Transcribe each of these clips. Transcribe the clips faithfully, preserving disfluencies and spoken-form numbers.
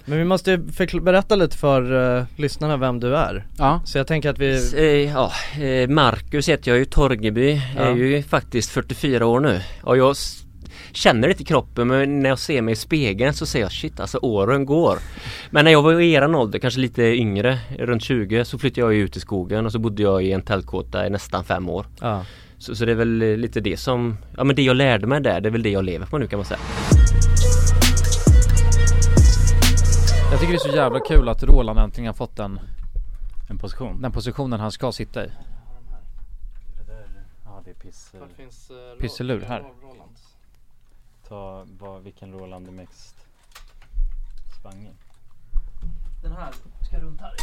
Men vi måste förkl- berätta lite för uh, lyssnarna vem du är. Ja. Så jag tänker att vi... S- eh, ja, eh, Marcus heter jag ju, Torgeby. Ja. Jag är ju faktiskt fyrtiofyra år nu. Och jag s- känner inte kroppen, men när jag ser mig i spegeln så ser jag shit, alltså åren går. Men när jag var i eran ålder, kanske lite yngre, runt tjugo, så flyttade jag ut i skogen och så bodde jag i en tältkåta i nästan fem år. Ja. Så, så det är väl lite det som, ja men det jag lärde mig där, det är väl det jag lever på nu kan man säga. Jag tycker det är så jävla kul att Roland äntligen har fått den, En position. den positionen han ska sitta i. Det där, ja det är piss. Pisselur här. Ta vad, vilken Roland är mest svangig. Den här ska runt här.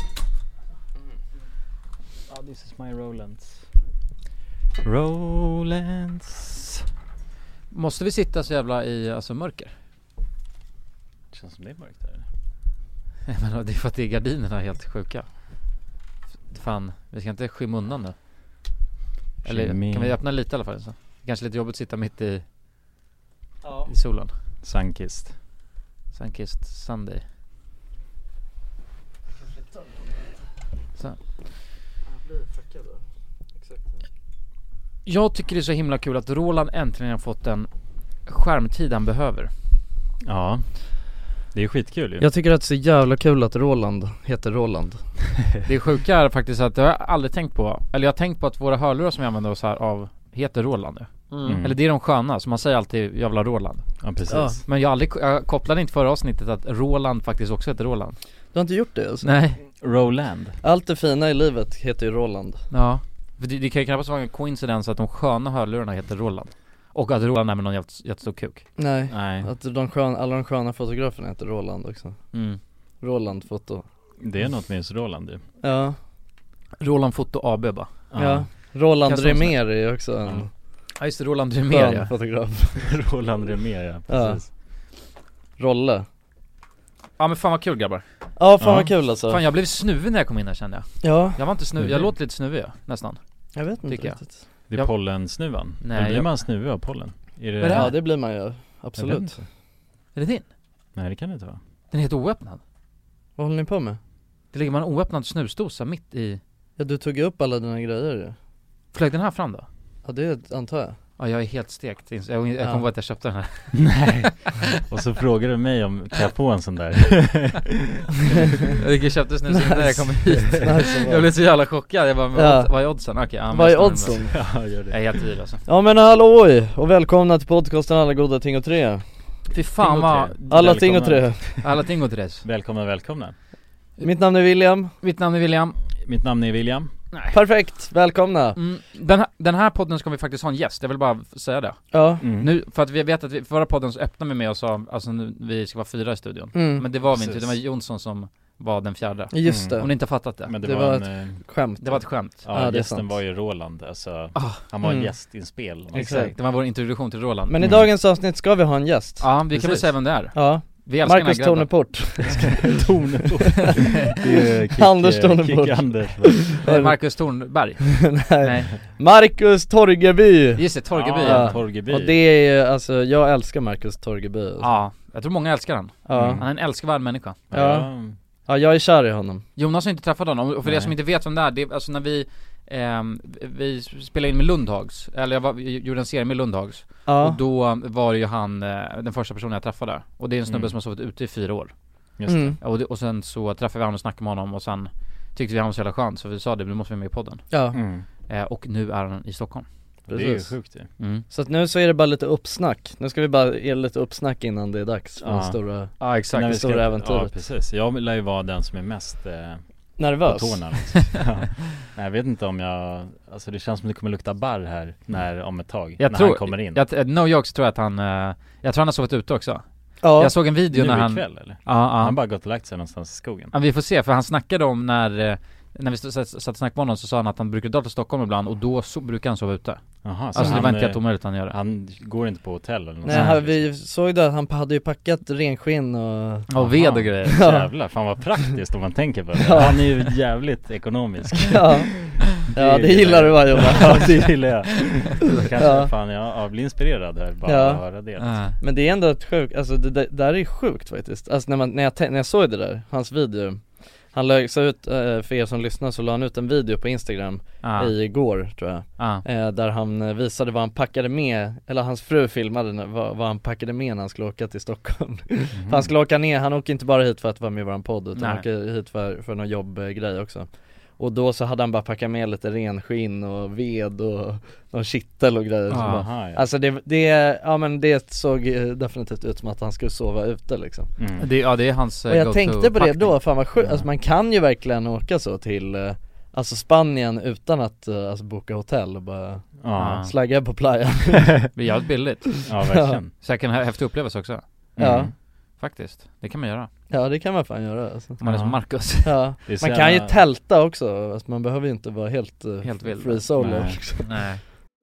Ja, this is my Rolands. Rolands. Måste vi sitta så jävla i alltså mörker? Det känns som det är mörkt där. Men det är för att det är gardinerna helt sjuka. Fan, vi ska inte skymma undan nu. Eller Skymmi. kan vi öppna lite i alla fall så? Kanske lite jobbigt att sitta mitt i, Ja. i solen. Sunkist. Sunkist Sunday. Så. Jag tycker det är så himla kul att Roland äntligen har fått den skärmtid han behöver. Ja. Det är skitkul ju. Jag tycker att det är så jävla kul att Roland heter Roland. Det är sjuka är faktiskt att det har jag aldrig tänkt på. Eller jag har tänkt på att våra hörlurar som vi använder oss här av heter Roland nu. Mm. Eller det är de sköna, så man säger alltid jävla Roland. Ja, precis. Ja. Men jag, aldrig, jag kopplade inte förra avsnittet att Roland faktiskt också heter Roland. Du har inte gjort det alltså? Nej. Roland. Allt det fina i livet heter ju Roland. Ja. För det, det kan ju knappast vara en coincidens att de sköna hörlurarna heter Roland. Och att Roland är med någon jätte, jättestor kuk. Nej, Nej. att de skön, alla de sköna fotograferna heter Roland också. Mm. Roland foto. Det är något med just Roland ju. Ja, Roland Foto A B bara. ja. Roland Kanske Remer är ju också en Ja. Ja just det, Roland Remer skön ja. fotograf. Roland Remer, ja. Ja. Precis. Rolle. Ja men fan vad kul grabbar. Ja, fan Ja. vad kul alltså. Fan jag blev snuvig när jag kom in här kände jag. Ja, Jag var inte snuvig, jag Snuvig? låter lite snuvig ja, nästan. jag vet inte Tycker jag. riktigt. Det är Jag- pollensnuvan. Nej, Eller blir jag- man snuvig av pollen? Är det... Vad är det? Ja, det blir man ju. Jag vet Absolut. inte. Är det din? Nej, det kan det inte vara. Den är helt oöppnad. Vad håller ni på med? Det ligger man en oöppnad snusdosa mitt i. Ja, du tog ju upp alla dina grejer ju. Flög den här fram då? Ja, det antar jag. Ja jag är helt stekt. Jag, jag, jag Ja. kommer på att jag köpte den här. Nej. Och så frågar du mig om kan jag få en sån där. Jag köpte snus innan jag kom hit. Nice. Jag blev så jävla chockad. Jag bara, vad, Ja. vad är oddsen? Okej, ja, men Vad är jag oddsen? Ja, gör det. Jag är helt yr alltså. Ja men halloj och välkomna till podcasten Alla goda ting och tre. Fy fan Ting och vad tre. Alla Välkomna. ting och tre. alla ting går till res. Välkomna, välkomna. Mitt namn är William. Mitt namn är William. Mitt namn är William. Nej. Perfekt, välkomna. Mm, den, här, den här podden ska vi faktiskt ha en gäst, jag vill bara f- säga det. Ja. Mm. Nu, för att vi vet att vi, förra podden så öppnade vi med och sa, alltså nu, vi ska vara fyra i studion. Mm. Men det var vi inte, Precis. det var Jonsson som var den fjärde. Just det, Om ni inte har fattat det. Men det, Det var, var en, eh, skämt. Det var ett skämt. ja, Ja, det är gästen sant. var ju Roland, alltså Ah, han var en mm. gäst i en spel. Exakt, det var vår introduktion till Roland. Men i Mm. dagens avsnitt ska vi ha en gäst. Ja, vi kan väl Precis. säga vem det är. Ja, Vi älskar Marcus den här grabben. Torneport. Torneport. Det är kick, Anders eh, Torneport. Kick Anders. Nej, Marcus Tornberg. Nej. Nej, Marcus Torgeby. just det, Torgeby. Ja, Ja. Torgeby. Och det är ju, alltså jag älskar Marcus Torgeby. Alltså. ja, jag tror många älskar han. Ja. Mm. Han är en älskvärd människa. Ja. Ja, jag är kär i honom. Jonas har inte träffat honom, och för Nej. er som inte vet vem det är, det är alltså när vi ehm, vi spelade in med Lundhags, eller jag var, jag gjorde en serie med Lundhags. Och Ja. då var ju han eh, den första personen jag träffade. Och det är en snubbe Mm. som har sovit ute i fyra år. Just det. Mm. Och, det, och sen så träffade vi honom och snackade med honom. Och sen tyckte vi han var så jävla skön, så vi sa det, nu måste vi med i podden. Ja, Mm. eh, Och nu är han i Stockholm. Det är ju precis. sjukt ju. Mm. Så att nu så är det bara lite uppsnack. Nu ska vi bara ge lite uppsnack innan det är dags för Ja. den stora Ja exakt. När vi stora äventyret. Ja, precis. Jag lär ju vara den som är mest eh, på nervös. tårna liksom. Ja. Nej, jag vet inte om jag, alltså det känns som det kommer lukta barr här när, om ett tag, Jag när tror, han kommer in. jag, no jokes tror jag att han eh, jag tror han har sovit ute också. Ja. Jag såg en video Nu när han ikväll eller? Ja, Han har ja. bara gått och lagt sig någonstans i skogen. Ja, vi får se, för han snackade om när eh, när vi satt satt och snackade med honom, så sa han att han brukar dra till Stockholm ibland, och då så brukar han sova ute. Jaha, så Alltså det han, var inte eh, helt omöjligt att han gör det. han går inte på hotell eller något Nej, sånt här, liksom. vi såg då att han hade ju packat renskinn och... Och ved och grejer. Ja. Jävlar, fan vad praktiskt om man tänker på det. Ja. Han är ju jävligt ekonomisk. Ja, Ja, det gillar du va, Jonas? Ja, det gillar jag. Så kanske Ja. fan jag ja, blir inspirerad här bara Ja. att höra det. äh. Men det är ändå ett sjukt, alltså det, det där är sjukt faktiskt. Alltså när, man, när, jag, när jag såg det där, hans video. Han la så ut, eh, för er som lyssnar så la han ut en video på Instagram Ah. igår tror jag. Ah. Eh, där han eh, visade vad han packade med, eller hans fru filmade när, vad, vad han packade med när han skulle åka till Stockholm. Mm. För han skulle åka ner, han åker inte bara hit för att vara med i våran podd utan Nej. han åker hit för, för någon jobbgrej också. Och då så hade han bara packat med lite renskinn och ved och någon kittel och grejer. Så bara, Aha, ja. alltså det, det, ja men det såg eh, definitivt ut som att han skulle sova ute liksom. Mm. Det, ja det är hans eh, Och jag go-to tänkte på det packning. då, fan vad sjukt, Ja. alltså man kan ju verkligen åka så till eh, alltså Spanien utan att eh, alltså boka hotell och bara Ja. slagga på playan. Det är jävligt billigt. Ja, verkligen. Säkert en hä- häftig upplevelse också. Ja. Mm. Faktiskt, det kan man göra. Ja det kan man fan göra alltså. Om man är Ja. som Marcus. Ja. Det är så Man kan ju jävla- tälta också, alltså man behöver ju inte vara helt, uh, Helt vild. free solo Nej. liksom. Nej.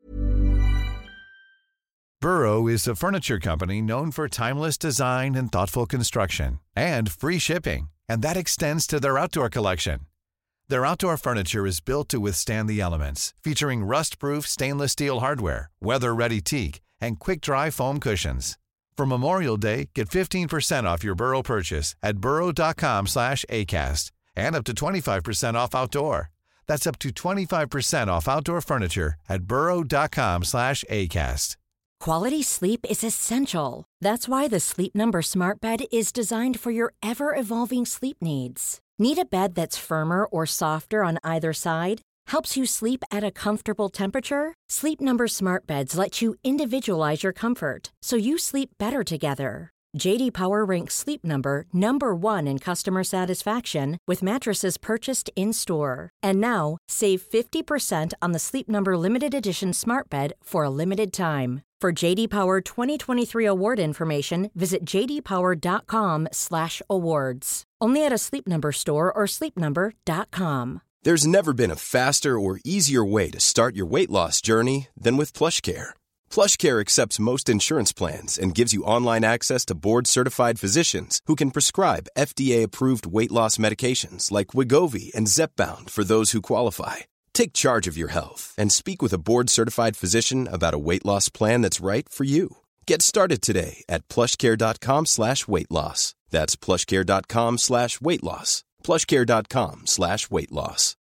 Burrow is a furniture company known for timeless design and thoughtful construction, and free shipping, and that extends to their outdoor collection. Their outdoor furniture is built to withstand the elements, featuring rust-proof stainless steel hardware, weather-ready teak, and quick-dry foam cushions. For Memorial Day, get fifteen percent off your Burrow purchase at burrow.com slash ACAST and up to twenty-five percent off outdoor. That's up to twenty-five percent off outdoor furniture at burrow.com slash ACAST. Quality sleep is essential. That's why the Sleep Number Smart Bed is designed for your ever-evolving sleep needs. Need a bed that's firmer or softer on either side? Helps you sleep at a comfortable temperature? Sleep Number Smart Beds let you individualize your comfort so you sleep better together. J D Power ranks Sleep Number number one in customer satisfaction with mattresses purchased in-store. And now, save fifty percent on the Sleep Number Limited Edition Smart Bed for a limited time. For J D Power twenty twenty-three award information, visit j d power dot com slash awards. Only at a Sleep Number store or sleep number dot com. There's never been a faster or easier way to start your weight loss journey than with PlushCare. PlushCare accepts most insurance plans and gives you online access to board-certified physicians who can prescribe F D A-approved weight loss medications like Wegovy and Zepbound for those who qualify. Take charge of your health and speak with a board-certified physician about a weight loss plan that's right for you. Get started today at plushcare.com slash weight loss. That's plushcare.com slash weight loss. plushcare.com slash weight loss.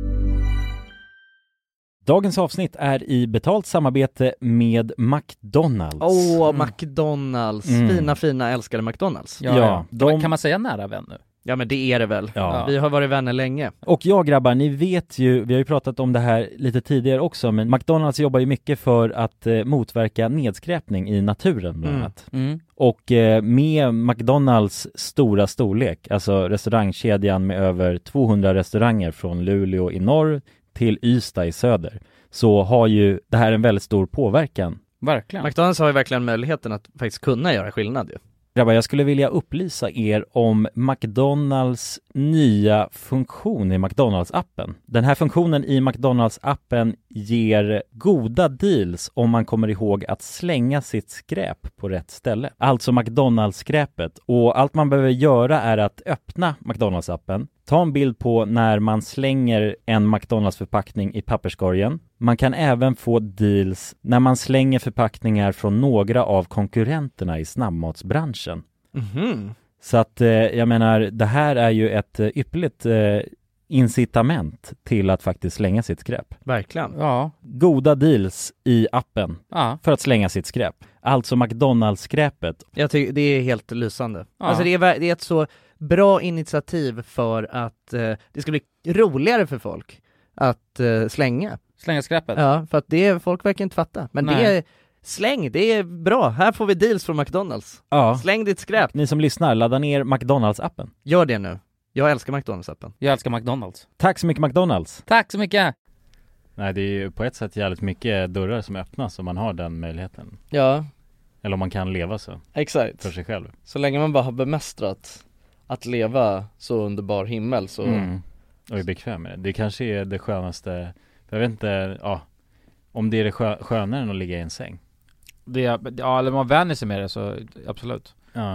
Dagens avsnitt är i betalt samarbete med McDonalds. Åh, oh, Mm. McDonalds, Mm. fina fina älskade McDonalds. Ja, Ja, ja. de- Men kan man säga nära vän nu? Ja men det är det väl. Ja. Vi har varit vänner länge. Och ja grabbar, ni vet ju, vi har ju pratat om det här lite tidigare också, men McDonalds jobbar ju mycket för att eh, motverka nedskräpning i naturen bland Mm. annat. Mm. Och eh, med McDonalds stora storlek, alltså restaurangkedjan med över tvåhundra restauranger från Luleå i norr till Ystad i söder, så har ju det här en väldigt stor påverkan. Verkligen. McDonalds har ju verkligen möjligheten att faktiskt kunna göra skillnad ju. Grabbar, jag skulle vilja upplysa er om McDonalds nya funktion i McDonalds-appen. Den här funktionen i McDonalds-appen ger goda deals om man kommer ihåg att slänga sitt skräp på rätt ställe. Alltså McDonalds-skräpet. Och allt man behöver göra är att öppna McDonalds-appen, ta en bild på när man slänger en McDonalds-förpackning i papperskorgen. Man kan även få deals när man slänger förpackningar från några av konkurrenterna i snabbmatsbranschen. Mhm. Så att eh, jag menar, det här är ju ett eh, ypperligt eh, incitament till att faktiskt slänga sitt skräp. Verkligen. Ja. Goda deals i appen Ja. för att slänga sitt skräp. Alltså McDonalds-skräpet. Jag tycker det är helt lysande. Ja. Alltså det är, ver- det är ett så bra initiativ för att eh, det ska bli roligare för folk att eh, slänga. Slänga skräpet. Ja, för att det folk verkar inte fatta. Men Nej. det är, släng, det är bra. Här får vi deals från McDonalds. Ja. Släng ditt skräp. Ni som lyssnar, ladda ner McDonalds-appen. Gör det nu. Jag älskar McDonalds-appen. Jag älskar McDonalds. Tack så mycket McDonalds. Tack så mycket. Nej, det är ju på ett sätt jävligt mycket dörrar som öppnas om man har den möjligheten. Ja, Eller om man kan leva så exakt. för sig själv. Så länge man bara har bemästrat att leva så underbar himmel så... Mm. Och är bekväm med det. Det kanske är det skönaste. Jag vet inte, ja, om det är det skö- skönare än att ligga i en säng. Det, ja, eller man vänjer sig med det så absolut. Ja.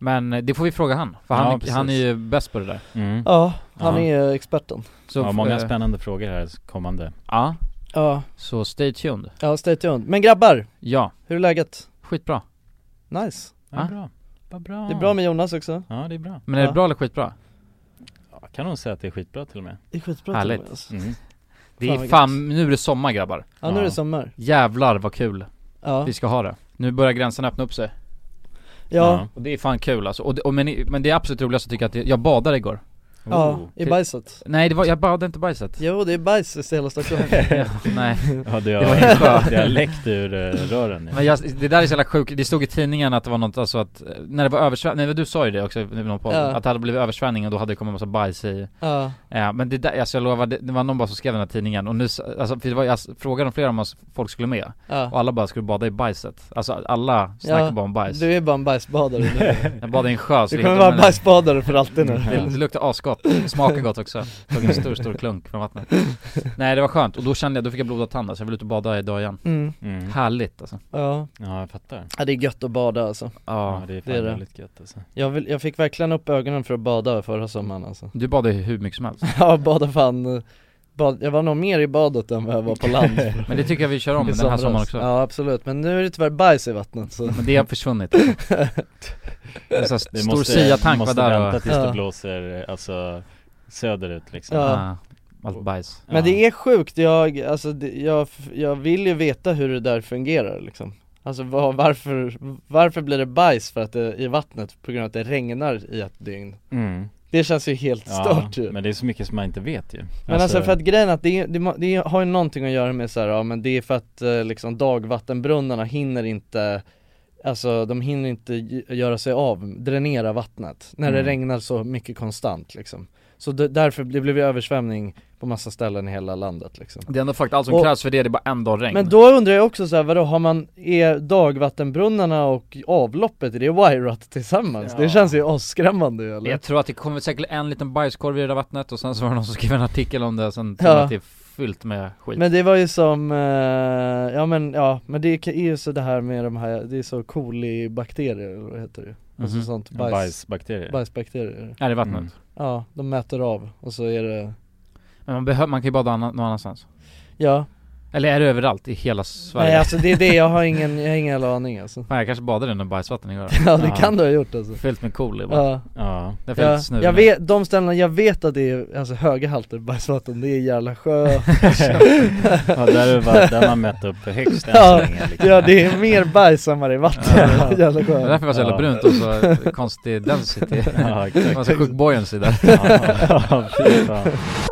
Men eh, det får vi fråga han. För han, Ja, är- precis. han är ju bäst på det där. Mm. Ja, han Ja. är ju experten. Så, Ja, många eh, spännande frågor här kommande. Ja, Ja, så stay tuned. ja, stay tuned. Men grabbar, Ja, hur är läget? skitbra. Nice. Ja, Ah. bra. Vad bra. Det är bra med Jonas också. Ja, det är bra. Men är Ja. det bra eller skitbra? Ja, kan nog säga att det är skitbra till och med. Det är skitbra. Härligt. till och med, alltså. Mm. Det Fan, är vad fan, nu är det sommar grabbar. Ja, nu är Ja. det sommar. Jävlar vad kul Ja. vi ska ha det. Nu börjar gränserna öppna upp sig. Ja, Och det är fan kul alltså. Och det, och men, men det är absolut roligast att tycka att det, jag badade igår. ja, Oh. i bajset. Nej, det var, jag badade inte bajset. Jo, det är bajs i hela Stockholm. Ja, nej. Ja, det Det har, var helt bra. det har läckt ur uh, rören. Men jag, det där är så jävla sjukt. Det stod i tidningen att det var något, alltså att eh, när det var översvämning, nej du sa ju det också i någon podd, Ja. att det hade blivit översvämning och då hade det kommit en massa bajs i. Ja, Ja, men det där, alltså jag lovar, det, det var någon bara som skrev den här tidningen och nu, s- alltså för det var, jag s- frågade om flera om oss folk skulle med och ja. alla bara skulle bada i bajset. Alltså alla snackar Ja, bara om bajs. Du är bara en bajsbadare nu. Jag badade i en sjö så Du det kommer heter- vara men- bajsbadare för alltid nu. Det, det luktar asgott, det smakar gott också. Tog en stor, stor klunk från vattnet. Nej, det var skönt och då kände jag, då fick jag blodad tand, så jag vill ut och bada idag igen. Mm. Mm. Härligt alltså. Ja. Ja, jag fattar. Ja, det är gött att bada alltså. Ja, Ja, det är fan det är det. väldigt gött alltså. Jag, vill, jag fick verkligen upp ögonen för att bada förra sommaren alltså. du badade hur mycket som helst. Ja, bada fan eh, bad, jag var nog mer i badet än vad jag var på land. Men det tycker jag vi kör om I den här somras. sommaren också. Ja, absolut, men nu är det tyvärr bajs i vattnet så. Men det har försvunnit. En sån här Det stor måste, Sia-tank var måste där vänta och... tills det Ja. blåser, alltså söderut liksom. Ja. Ja, allt bajs. Men det är sjukt, jag, alltså, det, jag, jag vill ju veta hur det där fungerar liksom. Alltså var, varför, varför blir det bajs för att det, i vattnet på grund av att det regnar i ett dygn? Mm. Det känns ju helt Ja, stört ju. men det är så mycket som man inte vet ju. Men alltså, för att grejen är att det, det, må- det har ju någonting att göra med så här, ja men det är för att eh, liksom dagvattenbrunnarna hinner inte, alltså de hinner inte g- göra sig av, dränera vattnet när det Mm. regnar så mycket konstant liksom. Så det, därför det blev ju översvämning på massa ställen i hela landet liksom. Det är ändå faktiskt allt som Och- krävs för det, det är bara en dag regn. Men då undrar jag också så här, vadå, har man, är dagvattenbrunnarna och avloppet, är det wirat tillsammans? Ja. Det känns ju asskrämmande eller? Jag tror att det kommer säkert en liten bajskorv i det där vattnet och sen så var det någon som skrev en artikel om det och sen tror Ja. jag att det är fyllt med skit. Men det var ju som, eh, ja men ja, men det är ju så det här med de här, det är så kolibakterier eller vad heter det? Alltså Mhm. sånt Ja, bajs, bajsbakterier. bajsbakterier. Är det vattnet? Mm. Ja, de mäter av och så är det, Men man, behöver, man kan ju bada annan, någon annanstans. ja. Eller är det överallt i hela Sverige? Nej alltså det är det, jag har ingen, jag har ingen jävla aning alltså. Fan, jag kanske badade i den bajsvatten igår. Ja det Ja. kan du ha gjort alltså. Fyllt med kol i bara. Ja, Ja. Därför är jag ja. lite snuvig Jag nu. vet, de ställena jag vet att det är alltså höga halter bajsvatten, det är jävla sjö. Ja, där, är bara, där har man mätt upp högst än Ja, så länge liksom. Ja det är mer bajs än vad det är vatten, Ja. jävla Det är sjö. därför det var så jävla Ja. brunt och så konstig density. Ja, exakt. Det var så sjuk buoyancy där. Ja, ja, fy fan.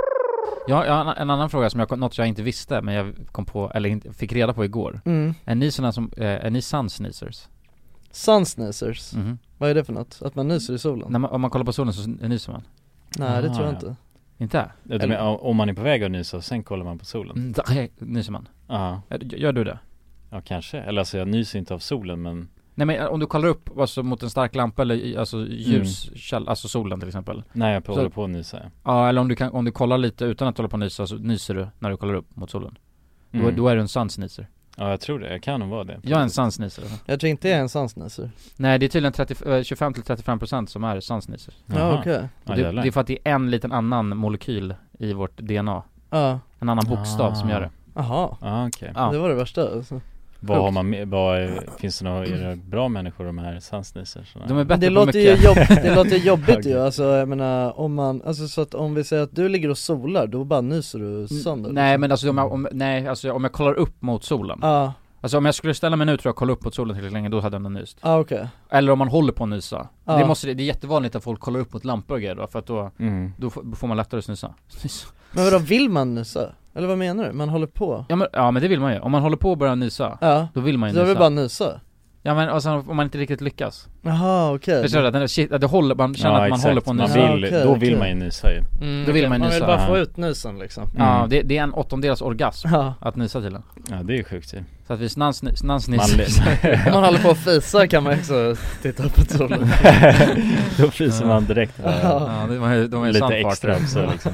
Ja, jag har en annan fråga som jag, något jag inte visste men jag kom på, eller inte, fick reda på igår. Mm. Är ni såna som, eh, är ni sunsneezers? Sunsneezers, Mhm. vad är det för något? Att man nyser i solen? När man, om man kollar på solen så nyser man? Nej det Ah, tror jag ja. inte. Inte? Ja, du menar, om man är på väg att nysa och sen kollar man på solen? Mm, nej, nyser man? Ja, Eh, Gör du det? ja kanske. Eller alltså jag nyser inte av solen men Nej men om du kollar upp alltså, mot en stark lampa eller i- alltså ljuskälla, alltså solen till exempel. när jag på, Så- håller på att nysa. Ja, eller om du, kan, om du kollar lite utan att hålla på och nysa så nyser du när du kollar upp mot solen. Mm. Då, då är du en sunsneezer. Ja jag tror det, jag kan nog vara det. Jag är en sunsneezer. Jag tror inte jag är en sunsneezer. Nej, det är tydligen trettio, eh, tjugofem till trettiofem procent som är sunsneezer. Ja Jaha. okej. Och Ja, det, jävlar. det är för att det är en liten annan molekyl i vårt D N A. Ja, En annan bokstav Ah. som gör det. jaha. Ja okej. Ja. Det var det värsta alltså. Vad har man med, vad är, finns det några, är det bra människor de här sunsneezers? De är Men bättre det på låter ju mycket. jobb, det låter jobbigt Okej. ju, alltså jag menar om man, alltså så att om vi säger att du ligger och solar, då bara nyser du sönder. Nej men alltså om jag, om, nej, alltså om jag kollar upp mot solen. Ja, Alltså om jag skulle ställa mig nu tror jag och kolla upp mot solen tillräckligt länge, då hade jag nog nyst. ah, okej. Eller om man håller på att nysa. Ja. Det, måste, det är jättevanligt att folk kollar upp mot lampor och grejer då, för att då, Mm. då, får, då får man lättare att snysa. Snys. Men vadå, vill man nysa? Eller vad menar du? Man håller på? Ja men, ja men det vill man ju. Om man håller på att börja nysa, Ja, då vill man ju så jag vill nysa. bara nysa? Ja men alltså, om man inte riktigt lyckas. Jaha okej. Förstår du? Att den där shit, att det håller, man känner Ja, att man exakt. håller på att Man nysa. Ja, vill, okej, då okej. vill man ju nysa ju. Mm, Då vill okej. man Man vill nysa. bara Ja. få ut nysen liksom. Ja, Mm. det, det är en åttondels orgasm Ja. att nysa till den. Ja det är ju sjukt ju. Så att vi snansnys, Man, snansnys. Om man håller på att fisa kan man också titta upp på solen. då fryser man direkt. Ja. Ja, det var ju, de var ju Lite sandfarter. extra också liksom.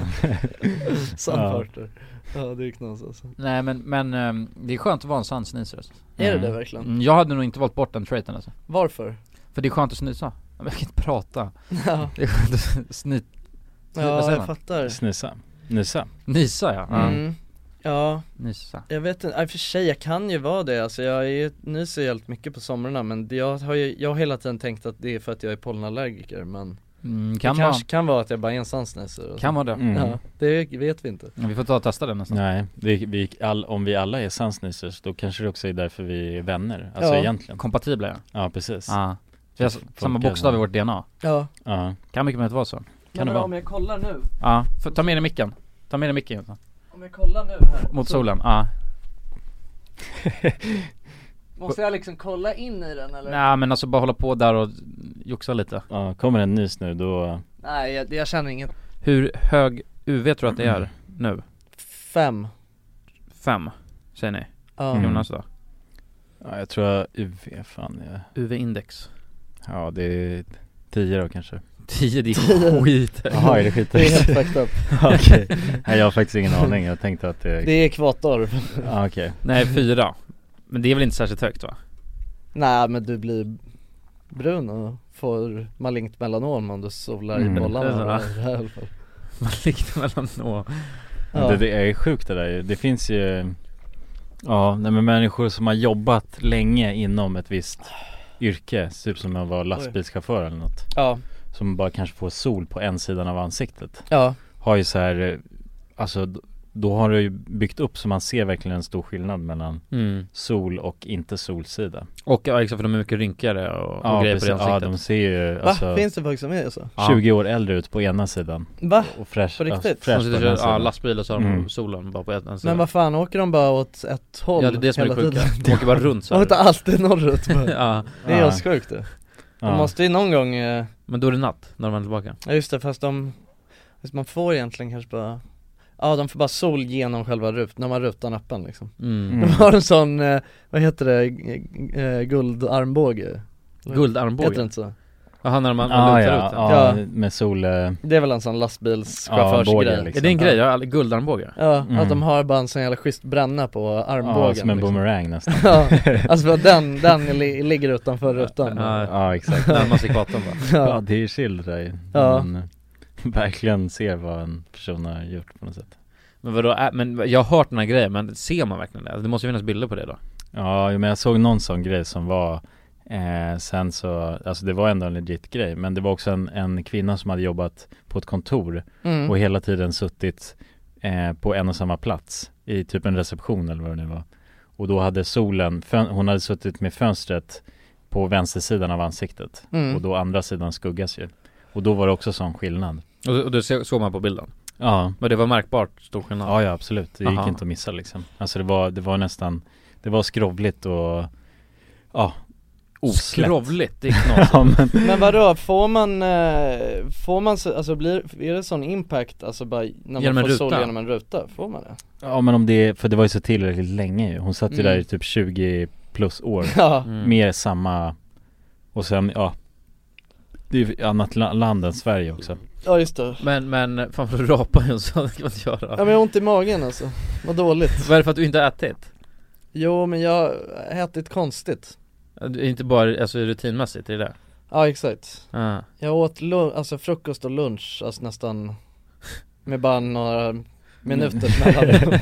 Sandfarter. Ja det är knas alltså. Nej men, men ehm, det är skönt att vara en sunsneezer alltså. Är det Mm. det verkligen? Mm, Jag hade nog inte valt bort den traiten alltså. Varför? För det är skönt att snysa. Jag kan inte prata. Ja. Det är skönt att snyt. Ja, Vad säger jag man? fattar. Snysa. Nysa. Nysa, ja. Ja. Mm. Ja, Nysa. jag vet inte, i och för sig jag kan ju vara det, alltså jag är ju, nyser helt mycket på somrarna, men det- jag har ju, jag har hela tiden tänkt att det är för att jag är pollenallergiker, men Mm, det kan vara. kanske kan vara att jag bara är en sansnyser och Kan vara det. Mm. Ja, det vet vi inte. Ja, vi får ta och testa det nästan. Nej, vi, vi, all, om vi alla är sansnysers, då kanske det också är därför vi är vänner. Alltså Ja. egentligen. Kompatibla, ja. Ja, precis. Ja. Vi har s- Folk samma är bokstav i så. vårt D N A. Ja. Ja. Kan mycket med att vara så. Kan Men det vara? om jag kollar nu, Ja, för, ta med dig micken. Ta med dig micken Jonsson. om jag kollar nu här Mot så- solen, ja. Måste jag liksom kolla in i den eller? Nej men alltså bara hålla på där och joxa lite. Ja, kommer en nys nu då... Nej, jag, jag känner inget. Hur hög U V tror du att det är nu? Fem. Fem, säger ni. Ja. Mm. Jonas då? Ja, jag tror jag U V, fan ja. U V-index. Ja, det är tio då kanske. tio, det är skit. Jaha, är det skit? Det är helt fucked up. Okej. Nej, jag har faktiskt ingen aning. Jag tänkte att det... Det är ekvator. Ja, okej. Nej, fyra. Men det är väl inte särskilt högt va? Nej, men du blir brun och får malignt melanom om du solar Mm. i bollarna. Det är så, va? i alla fall. Man ligger mellan nå. Ja. Det, det är sjukt det där. Det finns ju... Ja, nej, men människor som har jobbat länge inom ett visst yrke, typ som att vara lastbilschaufför eller något, Ja. som bara kanske får sol på en sidan av ansiktet, Ja. har ju så här, alltså d- då har det ju byggt upp så man ser verkligen en stor skillnad mellan Mm. sol och inte solsida. Och ja, exakt, för de är mycket rynkigare och, och Ja, grejer precis. på det ansiktet. Ja, de ser ju Va? alltså Finns det folk som är så? Ja. tjugo år äldre ut på ena sidan Va? och fräsch, På riktigt? alltså, fräsch De på sitter den och kör, ja, sidan. lastbil och så har de Mm. solen bara på ett en sida. Men vad fan, åker de bara åt ett håll Ja, det är det som är hela sjuka. tiden? De åker bara runt så De här. åker alltid norrut bara. Ja, Det är Ja. ju sjukt det. De Ja. måste ju någon gång, eh, men då är det natt när de är tillbaka. ja just det, fast de, fast man får egentligen kanske bara, ja de får bara sol genom själva rut, när man rutar nappen liksom. Mm. Mm. De har en sån, eh, vad heter det, G- eh, guldarmbåge. Guldarmbåge. Heter det inte så? Jaha, när man, man Ah, lutar ja, ut den. ja, Ja. med sol eh, Det är väl en sån Ja, lastbilschaufförsgrej. båge, liksom. Är det en grej? Jag har aldrig guldarmbåge. Ja, Mm. att de har bara en sån jävla schysst bränna på armbågen ja, som en liksom. boomerang nästan. Ja, alltså för den, den li- ligger utanför rutan. Ja. Ja, exakt. Närmast ekvatorn bara. Ja, Ja, det är ju chill det där. Ja. Man verkligen ser vad en person har gjort på något sätt. Men vadå, äh, men jag har hört den här grejen, men ser man verkligen det? Det måste ju finnas bilder på det då. Ja, men jag såg någon sån grej som var eh, sen så, alltså det var ändå en legit grej, men det var också en, en kvinna som hade jobbat på ett kontor mm. och hela tiden suttit eh, på en och samma plats i typ en reception eller vad det nu var. Och då hade solen, fön- hon hade suttit med fönstret på vänstersidan av ansiktet Mm. och då andra sidan skuggas ju. Och då var det också sån skillnad. Och, och det så- såg man på bilden. Ja, Men det var märkbart stor skillnad. ja, ja absolut. Det gick Aha. inte att missa liksom. Alltså det var, det var nästan, det var skrovligt och ja, oslätt. Skrovligt, det är knasigt. Ja, men, Men vadå, får man, eh, får man, så- alltså blir, är det sån impact, alltså bara när Genom man en får sol ruta? genom en ruta, får man det? ja men om det, för det var ju så tillräckligt länge ju. Hon satt ju Mm. där i typ tjugo plus år Ja, Mm. med samma, och sen ja, det är ju ett annat la- land än Sverige också. ja just det. Men, men, fan för du rapar ju så, det kan man inte göra. Ja men jag har ont i magen alltså, vad dåligt. Vad är det för att du inte har ätit? Jo men jag har ätit konstigt. Det är inte bara, alltså rutinmässigt, är det det? Ja exakt. Ah. Jag åt lu- alltså frukost och lunch, alltså nästan med bara några minuter mellan.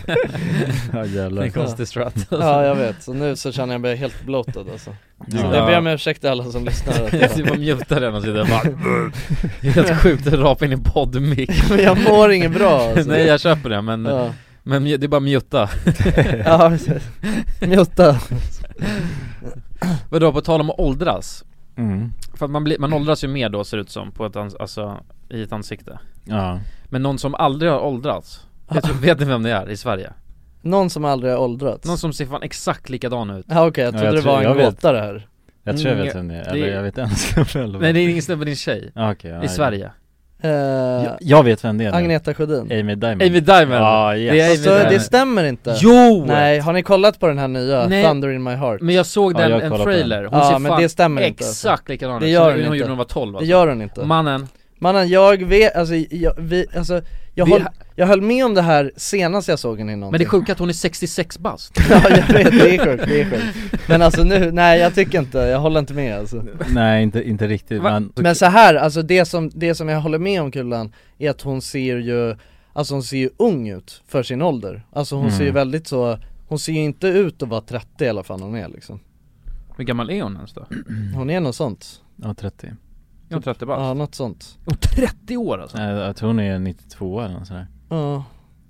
Ja Det är jävlar. en konstig strat. Ja jag vet, så nu så känner jag mig helt bloated alltså. Så Ja. det ber jag om ursäkt till alla som lyssnar att Jag jag, bara mutar den och sitter och bara det är helt sjukt att rapa in i poddmick. men jag mår inget bra alltså. Nej jag köper det, men, Ja, men det är bara muta. ja precis. Mjuta. Vadå, på tal om att åldras? Mm. För att man, blir, man åldras ju mer då, ser det ut som, på ett, ans- alltså, i ett ansikte. Ja. Men någon som aldrig har åldrats, vet, vet ni vem det är i Sverige? Någon som aldrig har åldrats. Någon som ser fan exakt likadan ut. Ja okej, jag Ja, trodde jag det tror- var en jag vet. gåta det här. Jag tror jag Mm, vet vem det är, det- eller jag vet ens eller vad. Nej det är ingen snubbe, det är en tjej. Ja, okej, ja, I Sverige. Eh, jag, jag vet vem det är nu. Agneta Sjödin. Amy Diamond. Amy Diamond. Ja, yes. Det är Amy Alltså Diamond. det stämmer inte. Jo! Nej, har ni kollat på den här nya, Nej. Thunder in my heart? Men jag såg Ja, den, jag en kollar på trailer. den. Hon Ja, ser men fan det stämmer inte, exakt alltså. likadan ut. Det gör som den hon inte. gjorde när hon var tolv Det alltså. gör hon inte. Mannen, Mannen, jag vet, alltså jag, vi, alltså jag vi, håller, Jag höll med om det här senast jag såg henne i någonting. Men det är sjukt att hon är sextiosex bast. Ja, jag vet, det är sjukt, det är sjukt. Men alltså nu, nej jag tycker inte, jag håller inte med alltså. Nej, inte, inte riktigt. Men, Men så här, alltså det som, det som jag håller med om Kulan är att hon ser ju, alltså hon ser ju ung ut för sin ålder. Alltså hon Mm. ser ju väldigt så, hon ser ju inte ut att vara trettio i alla fall hon är liksom. Hur gammal är hon ens då? Hon är något sånt. ja, trettio. Är hon trettio bast? Ja, något sånt. Hon är trettio år alltså. Jag, jag tror hon är nittiotvå eller något sådär. Ja.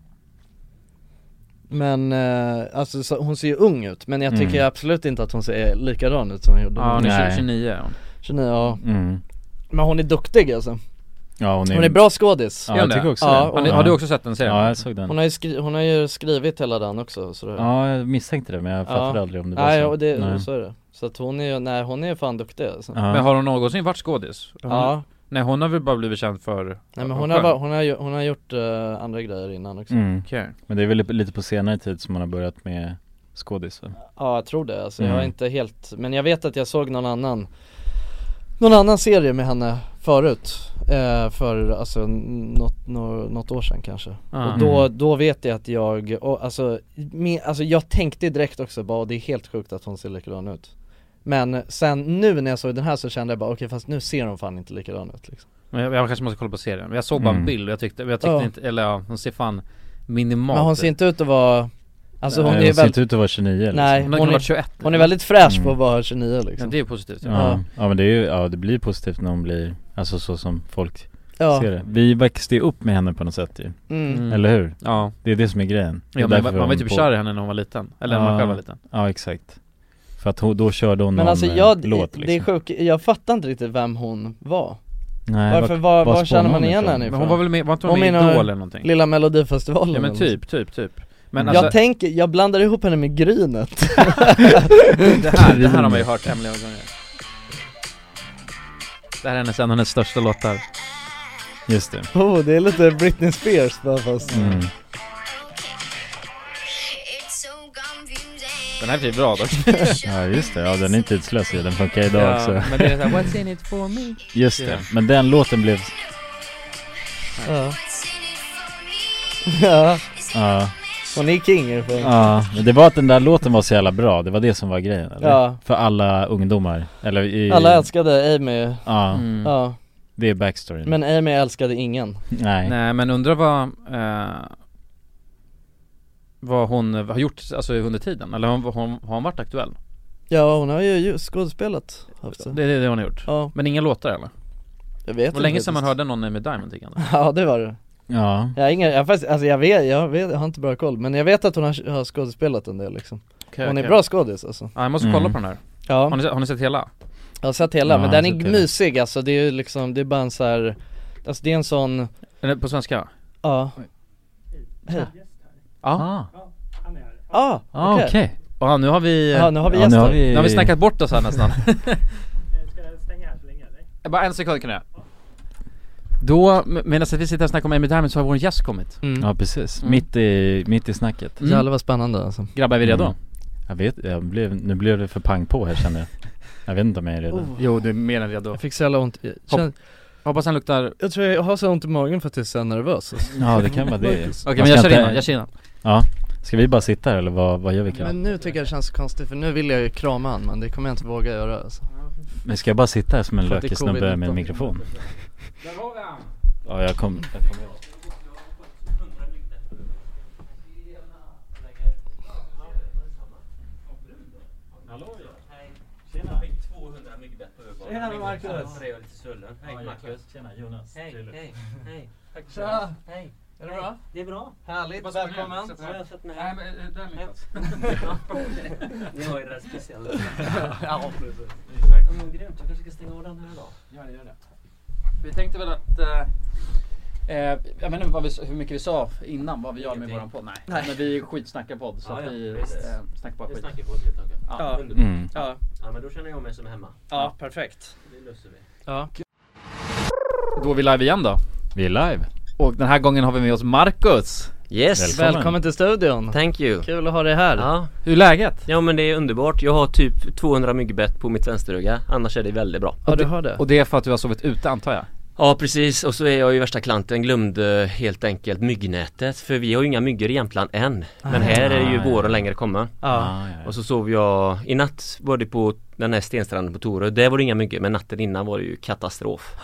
Men eh, alltså så, hon ser ju ung ut. Men jag tycker Mm. absolut inte att hon ser likadan ut som hon gjorde. Ja, hon är Nej. tjugonio är hon. tjugonio, ja. Mm. Men hon är duktig alltså. Ja, hon är, Hon är bra skådis. Ja, Är hon jag tycker det? också Ja, det. och- Har, ni, har du också sett den serien? Ja, jag såg den. Hon har ju, skri- hon har ju skrivit hela den också så det... Ja, jag misstänkte det, men jag fattade Ja. aldrig om det var Nej, så. och det, Nej. så är det. Så att hon är ju, nej hon är ju fan duktig alltså. Ja. Men har hon någonsin varit skådis? Hon, Ja. Nej, hon har väl bara blivit känd för... Nej men att hon själv. har, va- hon har, ju- hon har gjort uh, andra grejer innan också. Mm. Okej. Men det är väl lite- lite på senare tid som man har börjat med skådis. va? Ja jag tror det, alltså jag Mm. är inte helt, men jag vet att jag såg någon annan Någon annan serie med henne förut eh, För alltså något, något, något år sedan kanske. Ah. Och då, Mm. då vet jag att jag, och, alltså, med, alltså jag tänkte direkt också bara, och det är helt sjukt att hon ser likadan ut. Men sen nu när jag såg den här så kände jag bara, okej okay, fast nu ser hon fan inte likadan ut liksom. Men jag, jag kanske måste kolla på serien. Men jag såg bara en Mm. bild och jag tyckte, jag tyckte Ja. inte, eller ja, hon ser fan minimalt Men hon ser ut. inte ut att vara, alltså hon Nej, är hon ser väldigt, inte ut att vara tjugonio liksom. nej Hon har hon kunnat är, varit tjugoett. hon är väldigt fräsch Mm. på att vara tjugonio Ja, liksom. det är positivt. Ja. Ja. Ja. ja, men det är ju, ja det blir positivt när hon blir, alltså så som folk Ja. ser det. Vi växte ju upp med henne på något sätt ju. Mm. Mm. Eller hur? Ja, Det är det som är grejen. Det är ja men därför man, man var hon ju typ på- kär i henne när hon var liten. Eller när man Ja. själv var liten. Ja, exakt. För att hon, då körde hon Men någon alltså eh, jag, låt det liksom. är sjukt, jag fattar inte riktigt vem hon var. Nej, Varför, vad- var, vad var känner spånar man hon igen ifrån? henne Men ifrån? hon var väl med, var inte hon Hon med i menar Idol eller någonting? Lilla Melodifestivalen Ja men eller typ, typ, typ. Men jag alltså, tänker, jag blandar ihop henne med Grynet. det här, det här har man ju hört hemliga gånger. Det här är hennes, en av hennes största låtar. Just det. Oh, det är lite Britney Spears bara fast. Mm. Den här blir bra dock. Ja just det, ja den är tidslös ju, den funkar idag Ja, också. men det är såhär, what's in it for me? Just det, Ja. men den låten blev, Ja. Ja, ja, hon är king i alla fall. ja, men det var att den där låten var så jävla bra, det var det som var grejen eller? Ja. För alla ungdomar, eller i, Alla älskade Amy. Ja, Mm. Ja, det är backstoryn. men Amy älskade ingen. Nej. Nej men undrar vad eh, vad hon har gjort alltså under tiden, eller har hon, hon, har hon varit aktuell? Ja, hon har ju just skådespelat. Alltså. Det är det hon har gjort? Ja, Men inga låtar eller? jag vet Det var länge inte sedan man faktiskt. hörde någon med Diamond tyckande. Ja, det var det. Ja. Jag har ingen, jag, har faktiskt, alltså jag vet, jag vet, jag har inte bra koll. Men jag vet att hon har, har skådespelat en del liksom. Okay, Hon är okay. bra skådis alltså. Ja, jag måste kolla Mm. på den här. Ja, Har ni, har ni sett hela? jag har sett hela, Ja, men jag den har är sett hela. mysig alltså. Det är ju liksom, det är bara en så här, alltså det är en sån, Eller på svenska? ja. Hej. Ja. Ah, Ah, ah okej. okej. Och nu har vi Ja, nu har vi Ja, gäster. nu har vi, nu har vi snackat bort oss här nästan. Ska jag stänga här så länge eller? Bara en sekund kan jag. Då, medan vi sitter och snackar om Amy Diamond så har vår gäst kommit. Mm. Ja precis, Mm. mitt, i, mitt i snacket. Mm. Jävlar vad spännande alltså. Grabbar, är vi redo? Mm. Jag vet, jag blev, nu blev det för pang på här känner jag. Jag vet inte om jag är redo. Oh. Jo, du är mer än redo. Jag fick så jävla ont, jag, känner, Hoppas han luktar... Okej, jag tror jag har så ont i magen för att jag är så nervös alltså. Ja det kan vara det. Man men jag ska kör in inte- den, jag kör in den. Ja, ska vi bara sitta här eller vad, vad gör vi Kalle? Men nu tycker jag det känns konstigt för nu vill jag ju krama han, men det kommer jag inte våga göra alltså. Men ska jag bara sitta här som en För att det är lökig snubbe covid med en nitton. mikrofon? Där har vi han! Ja jag kom, jag kom Tjena Marcus! Hej Marcus. Tjena Jonas. Hej, hej, hej. Tja! Hej. Är det bra? Det är bra. Härligt, välkommen! Ja, jag satt med Nej men där är min plats. Ni har ju det där speciella. Ja, precis. Ja, men grymt, jag kanske ska stänga av den här idag. Ja, det gör det. Vi tänkte väl att eh, eh, jag vet inte vad vi, hur mycket vi sa innan vad vi gör med Ingenting. våran podd. Nej. Nej. Men vi skitsnackar podd så Ja, att ja, vi visst. eh, snackar bara Vi skit. snackar på ett helt enkelt. Ja. Underbart. Mm. Ja, Ja, men då känner jag mig som hemma. ja, perfekt. Det löser vi. Ja. Då är vi live igen då. Vi är live. Och den här gången har vi med oss Marcus. Yes. Välkommen. Välkommen till studion. Thank you. Kul att ha dig här. Ja. Hur är läget? ja, men det är underbart. Jag har typ tvåhundra myggbett på mitt vänsteröga. Annars är det väldigt bra. Ja, du har det. Och det är för att du har sovit ute antar jag. Ja precis, och så är jag ju värsta klanten, glömde helt enkelt myggnätet. För vi har ju inga myggor i Jämtland än. Men här är ju våren längre komma. Ja. Och så sov jag, i natt var det på den här stenstranden på Torö. Där var det inga myggor, men natten innan var det ju katastrof.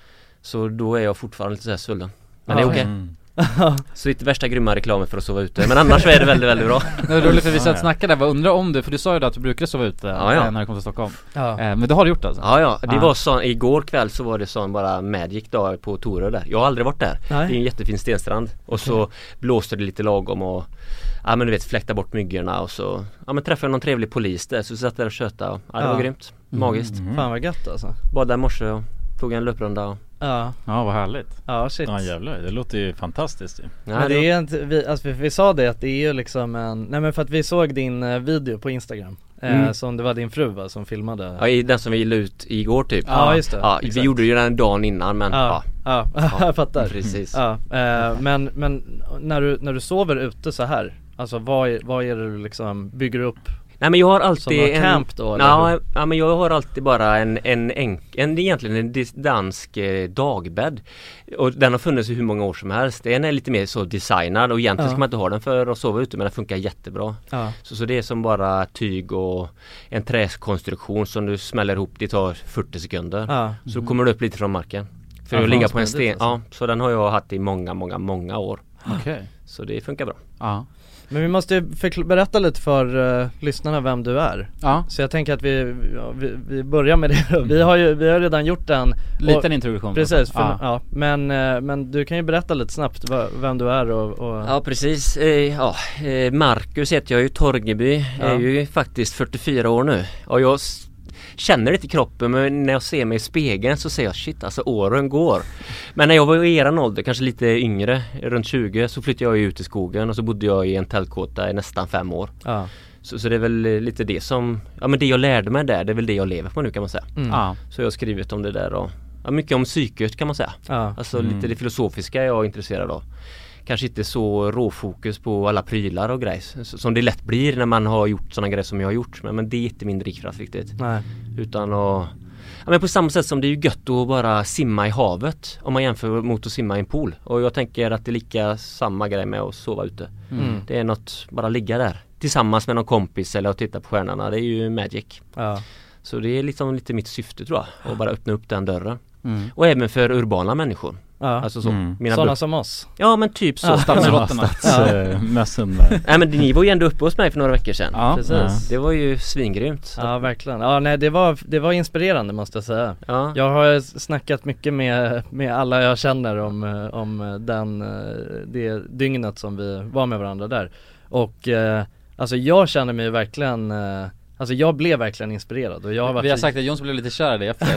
Så då är jag fortfarande lite så här svullen. Men det är okej. Mm. Så inte värsta grymma reklamer för att sova ute. Men annars är det väldigt, väldigt bra. Det var roligt för vi satt och snackade, vad undrar om det. För du sa ju då att du brukade sova ute ja, ja. när du kom till Stockholm. Ja. eh, Men det har du gjort alltså? Ja, ja, det ah. var så, igår kväll så var det sån bara magic dag på Torö där. Jag har aldrig varit där. Nej. Det är en jättefin stenstrand. Och så blåste det lite lagom och ja men du vet, fläkta bort myggorna. Och så ja men träffade jag någon trevlig polis där. Så satt där och köta. Ja, det Ja. var grymt, magiskt. Mm. Fan vad gött alltså. Badade i morse och tog en löprunda och... Ja. Ja, vad härligt. Ja, shit. Ja jävlar, det låter ju fantastiskt ju. Ja, Men det är inte, vi, alltså vi, vi sa det att det är ju liksom en, nej men för att vi såg din eh, video på Instagram eh, Mm. som det var din fru va, som filmade. Ja, i den som vi la ut igår typ. Ja, just det. Ja, vi Exakt. gjorde ju den dagen innan men Ja, ja, ja, ja. Jag fattar. precis. Ja, eh, men, men när du, när du sover ute så här, alltså vad är, vad är det du liksom bygger upp? Nej men jag har Som alltid någon en camp då, eller ja, hur? ja men jag har alltid bara en, en, en, en egentligen en dis- dansk eh, dagbädd. Och den har funnits i hur många år som helst. Den är lite mer så designad och egentligen Ja. ska man inte ha den för att sova ute men den funkar jättebra. Ja. Så, så det är som bara tyg och en träkonstruktion som du smäller ihop, det tar fyrtio sekunder. Ja. Så då kommer du upp lite från marken. För Ja, att fan, ligga på en sten, smidigt, alltså. ja, så den har jag haft i många, många, många år. Okej. Okay. Så det funkar bra. Ja. Men vi måste ju förkl- berätta lite för uh, lyssnarna vem du är. Ja. Så jag tänker att vi, ja, vi, vi börjar med det. Vi har ju vi har redan gjort en liten introduktion. Precis, för, ja. ja. Men, uh, men du kan ju berätta lite snabbt v- vem du är och, och... Ja precis, eh, ja, eh, Marcus heter jag ju, Torgeby, Ja. är ju faktiskt fyrtiofyra år nu. Och jag s- känner det i kroppen, men när jag ser mig i spegeln så ser jag shit, alltså åren går. Men när jag var i eran ålder, kanske lite yngre, runt tjugo, så flyttade jag ju ut i skogen och så bodde jag i en tältkåta i nästan fem år. Ja. Så, så det är väl lite det som, ja men det jag lärde mig där, det är väl det jag lever på nu kan man säga. Mm. Ja. Så jag har skrivit om det där och ja, mycket om psyket kan man säga. Ja. Alltså Mm. lite det filosofiska är jag intresserad av. Kanske inte så råfokus på alla prylar och grejer så- som det lätt blir när man har gjort sådana grejer som jag har gjort. Men, men det är inte min drivkraft riktigt. Nej. Utan att, ja, men på samma sätt som det är ju gött att bara simma i havet om man jämför mot att simma i en pool. Och jag tänker att det är lika samma grej med att sova ute. Mm. Det är något, bara ligga där tillsammans med någon kompis eller att titta på stjärnorna. Det är ju magic. Ja. Så det är liksom lite mitt syfte tror jag. Att bara öppna upp den dörren. Mm. Och även för urbana människor. Ja. Alltså så. Mm. Mina Sådana bro- som oss. Ja men typ så. Ja. Stadsråttorna. Stadsmässen där. Nej men ni var ju ändå uppe hos mig för några veckor sedan. Ja. Precis. Det var ju svingrymt. Ja, verkligen. Ja, nej, det var, det var inspirerande måste jag säga. Ja. Jag har snackat mycket med, med alla jag känner om, eh, om den, eh, det dygnet som vi var med varandra där. Och eh, alltså jag känner mig verkligen, eh, alltså jag blev verkligen inspirerad och jag har varit Vi har sagt att Jons blev lite kär i det efter.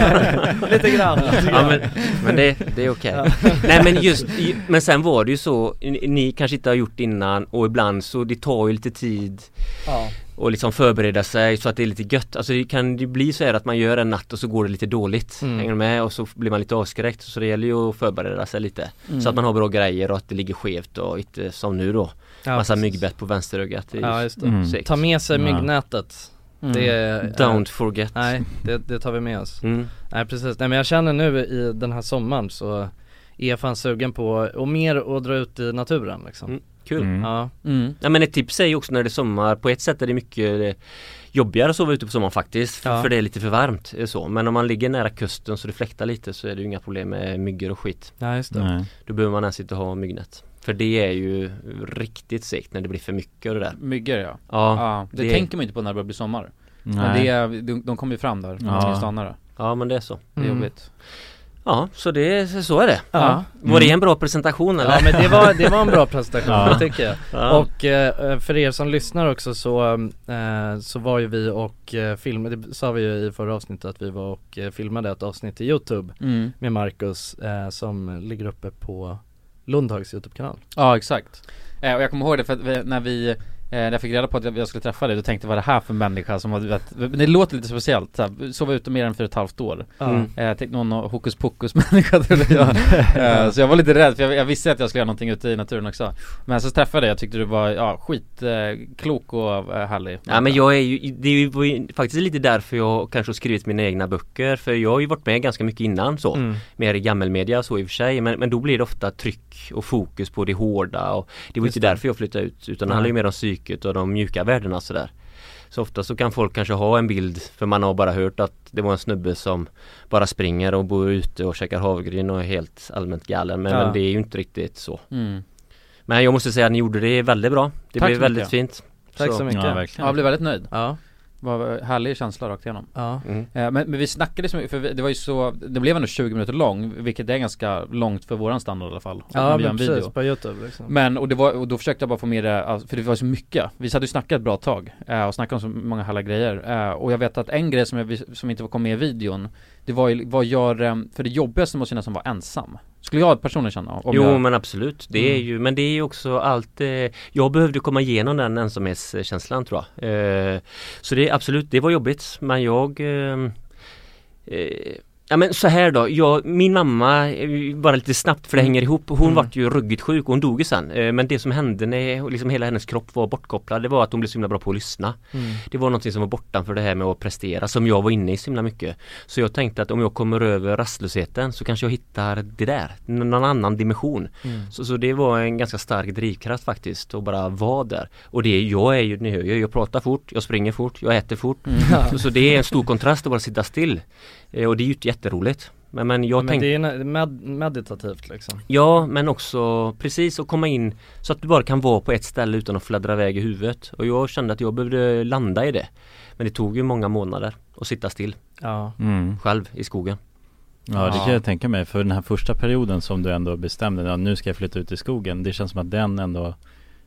lite grann, lite Ja grann. men, men det, det är okej. Nej men just, men sen var det ju så, ni, ni kanske inte har gjort innan och ibland så det tar ju lite tid Ja. och liksom förbereda sig så att det är lite gött. Alltså det kan det bli så här att man gör en natt och så går det lite dåligt. Mm. Hänger du med? Och så blir man lite avskräckt. Så det gäller ju att förbereda sig lite. Mm. Så att man har bra grejer och att det ligger skevt och inte som nu då. Ja, Massa precis. myggbett på vänsterögat. Det är Ja, ju just det. Mm. segt. Ta med sig Ja. myggnätet. Mm. Det är, Don't forget. Nej, det, det tar vi med oss. Mm. Nej precis, nej men jag känner nu i den här sommaren så är jag fan sugen på och mer att dra ut i naturen liksom. Mm. Kul. Mm. Ja. Mm. Ja, men ett tips är ju också när det är sommar. På ett sätt är det mycket eh, jobbigare att sova ute på sommaren faktiskt. För, Ja. för det är lite för varmt. eh, Så. Men om man ligger nära kusten så det fläktar lite så är det ju inga problem med myggor och skit. Ja just det. Nej. Då behöver man ens inte ha myggnät. För det är ju riktigt segt när det blir för mycket av det där. Myggor ja. Ja, Ja, det, det- tänker man inte på när det börjar bli sommar. Men Nej. det är, de, de kommer ju fram där, Ja. ja. stannar. ja men det är så. Det är Mm. jobbigt. Ja, så det så är det. Ja. Var det en bra presentation eller? Ja men det var, det var en bra presentation, Ja. det tycker jag. Ja. Och eh, för er som lyssnar också så, eh, så var ju vi och eh, filmade, det sa vi ju i förra avsnittet att vi var och eh, filmade ett avsnitt i YouTube Mm. med Marcus eh, som ligger uppe på Lundhags YouTube-kanal. Ja exakt. eh, Och jag kommer ihåg det för att vi, när vi när jag fick reda på att jag skulle träffa dig, då tänkte jag, vad är det här för människa som har, vet, men det låter lite speciellt, såhär, sova ute mer än för ett halvt år. Mm. Jag tänkte någon hokus pokus människa trodde jag. Så jag var lite rädd, för jag, jag visste att jag skulle göra någonting ute i naturen också. Men så träffade jag dig, jag tyckte du var ja, skit eh, klok och eh, härlig. Ja, men jag är ju, det är ju faktiskt lite därför jag kanske har skrivit mina egna böcker, för jag har ju varit med ganska mycket innan så, mm. mer i gammelmedia så i och för sig, men, men då blir det ofta tryck och fokus på det hårda, och det var inte därför jag flyttade ut, utan det handlar ju mer om psyket och de mjuka värdena sådär. Så ofta så kan folk kanske ha en bild, för man har bara hört att det var en snubbe som bara springer och bor ute och käkar havregryn och är helt allmänt galen, men, ja. men det är ju inte riktigt så. Mm. Men jag måste säga att ni gjorde det väldigt bra. Det Tack blev väldigt mycket. fint. Tack så, så mycket. Ja, verkligen. Ja, jag blev väldigt nöjd. Ja. Det var härlig känsla rakt igenom. Ja. Mm. Eh, men, men vi snackade så mycket, för det var ju så, det blev ändå tjugo minuter lång, vilket är ganska långt för våran standard i alla fall. Ja, men precis, video. På YouTube liksom. Men, och, det var, och då försökte jag bara få med det, för det var så mycket. Vi hade ju snackat ett bra tag eh, och snackade om så många härliga grejer. Eh, och jag vet att en grej som, jag, som inte kom med i videon, det var ju, vad gör, för det jobbigaste måste kännas som vara ensam. Skulle jag personligen känna? Om jo jag... men absolut, det mm. är ju, men det är ju också allt, eh, jag behövde komma igenom den ensamhetskänslan tror jag. Eh, så det är absolut, det var jobbigt, men jag eh, eh, ja men så här då, jag, min mamma, bara lite snabbt för det hänger ihop, hon mm. var ju ruggigt sjuk och hon dog ju sen. Eh, men det som hände när liksom hela hennes kropp var bortkopplad, det var att hon blev så himla bra på att lyssna. Mm. Det var någonting som var bortanför det här med att prestera, som jag var inne i så himla mycket. Så jag tänkte att om jag kommer över rastlösheten så kanske jag hittar det där, någon annan dimension. Mm. Så, så det var en ganska stark drivkraft faktiskt, att bara vara där. Och det jag är ju, ni hör ju, jag pratar fort, jag springer fort, jag äter fort. Mm. Så, så det är en stor kontrast att bara sitta still. Eh, och det är ju jätteroligt. Men, men jag men tänkte... det är med, meditativt liksom. Ja, men också precis att komma in så att du bara kan vara på ett ställe utan att fladdra iväg i huvudet. Och jag kände att jag behövde landa i det. Men det tog ju många månader att sitta still. Ja. Mm. Själv i skogen. Ja, det kan jag tänka mig. För den här första perioden som du ändå bestämde, ja, nu ska jag flytta ut i skogen. Det känns som att den ändå...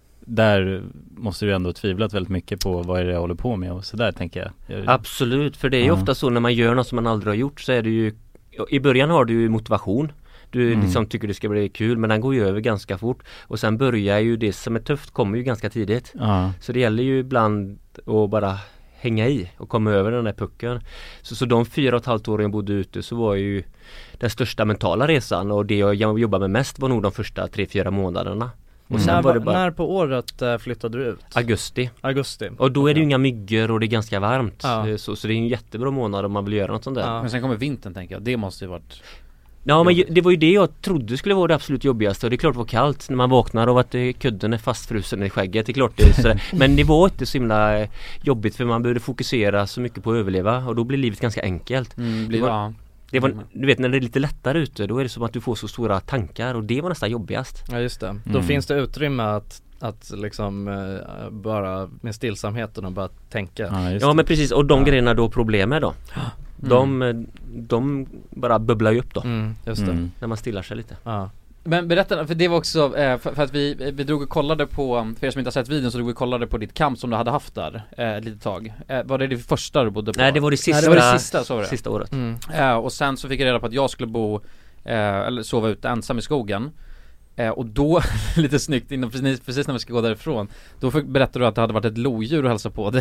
Där måste du ändå tvivlat väldigt mycket på vad är det jag håller på med och så där tänker jag. jag... Absolut, för det är ju mm. ofta så när man gör något som man aldrig har gjort, så är det ju, i början har du ju motivation. Du mm. liksom tycker det ska bli kul, men den går ju över ganska fort. Och sen börjar ju det som är tufft kommer ju ganska tidigt. Mm. Så det gäller ju ibland att bara hänga i och komma över den där pucken. Så, så de fyra och ett halvt år jag bodde ute, så var ju den största mentala resan, och det jag jobbade med mest var nog de första tre, fyra månaderna. Och sen när, var det bara... när på året äh, flyttade du ut? Augusti. Augusti. Och då är det ju inga myggor och det är ganska varmt. Ja. Så, så det är en jättebra månad om man vill göra något sånt där. Ja. Men sen kommer vintern tänker jag, det måste ju varit... Ja, men det var ju det jag trodde skulle vara det absolut jobbigaste. Och det är klart det var kallt när man vaknar och att kudden är fastfrusen i skägget. Det är klart det är så. Men det var inte så himla jobbigt, för man behövde fokusera så mycket på att överleva. Och då blir livet ganska enkelt. Mm, blir det var... Det var, du vet när det är lite lättare ute, då är det som att du får så stora tankar, och det var nästan jobbigast. Ja just det, då mm. finns det utrymme att, att liksom uh, bara med stillsamheten och bara tänka. Ja, ja men precis, och de ja. grejerna då problemet då mm. de, de bara bubblar ju upp då mm, just det. Mm. När man stillar sig lite. Ja. Men berätta, för det var också för, för att vi, vi drog och kollade på, för er som inte har sett videon, så drog vi och kollade på ditt camp som du hade haft där eh, ett litet tag. eh, Var det det första du bodde på? Nej, det var det sista, Nej, det var det sista, så var det. Sista året mm. eh, Och sen så fick jag reda på att jag skulle bo eh, eller sova ute ensam i skogen. Eh, och då, lite snyggt, innan, precis, precis när vi ska gå därifrån, då berättade du att det hade varit ett lodjur och hälsa på dig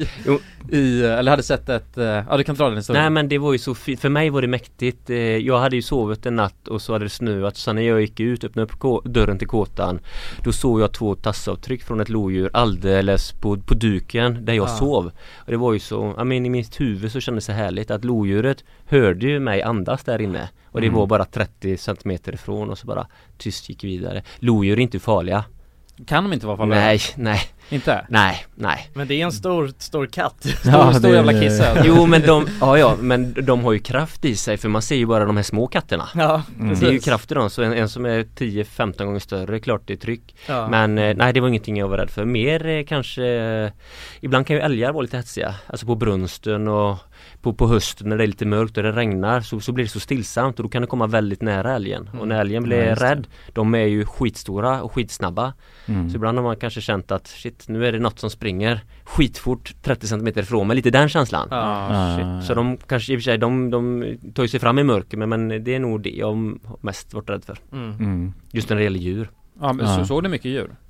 i, eller hade sett ett, eh, ja du kan dra den historien. Nej men det var ju så fint, för mig var det mäktigt. eh, Jag hade ju sovit en natt och så hade det snöat. Så när jag gick ut, öppnade upp k- dörren till kåtan, då såg jag två tassavtryck från ett lodjur alldeles på, på duken där jag ah. sov. Och det var ju så, jag men, i mitt huvud så kändes det härligt att lodjuret hörde ju mig andas där inne. Och det mm. var bara trettio centimeter ifrån, och så bara tyst gick vidare. Lodjur är inte farliga. Kan de inte vara farliga? Nej, nej. Inte? Nej, nej. Men det är en stor, stor katt. Stor, ja, stor jävla kissa. Jo, men de, ja, ja, men de har ju kraft i sig, för man ser ju bara de här små katterna. Ja, mm. Det är ju kraft i dem, så en, en som är tio femton gånger större, klart det är tryck. Ja. Men eh, nej, det var ingenting jag var rädd för. Mer eh, kanske, eh, ibland kan ju älgar vara lite hetsiga. Alltså på brunsten och på, på hösten när det är lite mörkt och det regnar, så, så blir det så stillsamt, och då kan det komma väldigt nära älgen. Mm. Och när älgen blir ja, rädd, de är ju skitstora och skitsnabba. Mm. Så ibland har man kanske känt att shit, nu är det något som springer skitfort trettio centimeter ifrån mig, lite den känslan. Ah, shit. Så de kanske i och för sig, de, de tar sig fram i mörker, men, men det är nog det jag har mest varit rädd för. Mm. Mm. Just när det gäller djur. Ja, men ja. Så såg du mycket djur?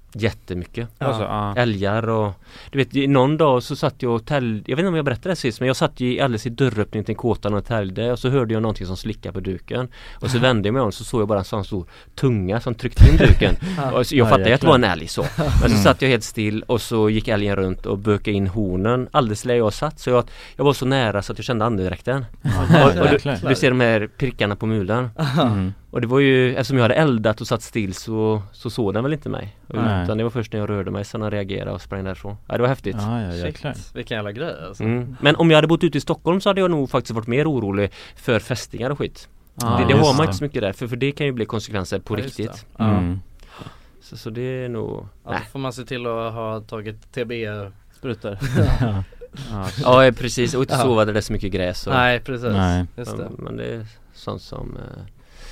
Jättemycket. Ja. Alltså, ja. Älgar och du vet, någon dag så satt jag och täljde, jag vet inte om jag berättade det sist, men jag satt ju alldeles i dörröppningen till kåtan och täljde och så hörde jag någonting som slickade på duken och så vände jag mig om så såg jag bara en sån stor tunga som tryckte in duken och så, jag fattade ja, att det var en älg så, men så satt jag helt still och så gick älgen runt och bökade in hornen alldeles där jag satt, så jag, jag var så nära så att jag kände andedräkten och, och du, du ser de här prickarna på mulen. Mm. Och det var ju, eftersom jag hade eldat och satt still så, så såg den väl inte mig. Nej. Utan det var först när jag rörde mig som den reagerade och sprang därifrån. Ja, det var häftigt. Ja, ja, Shit, vilken jävla grej alltså. Mm. Men om jag hade bott ute i Stockholm så hade jag nog faktiskt varit mer orolig för fästingar och skit. Ah, det det har man inte så mycket där, för, för det kan ju bli konsekvenser på ja, riktigt. Mm. Så, så det är nog... Ja, då får man se till att ha tagit T B-sprutor. ja. Ja, ja, precis. Och inte ja. sova där det är så mycket gräs. Och... Nej, precis. Nej. Just det. Men det är sånt som... Eh...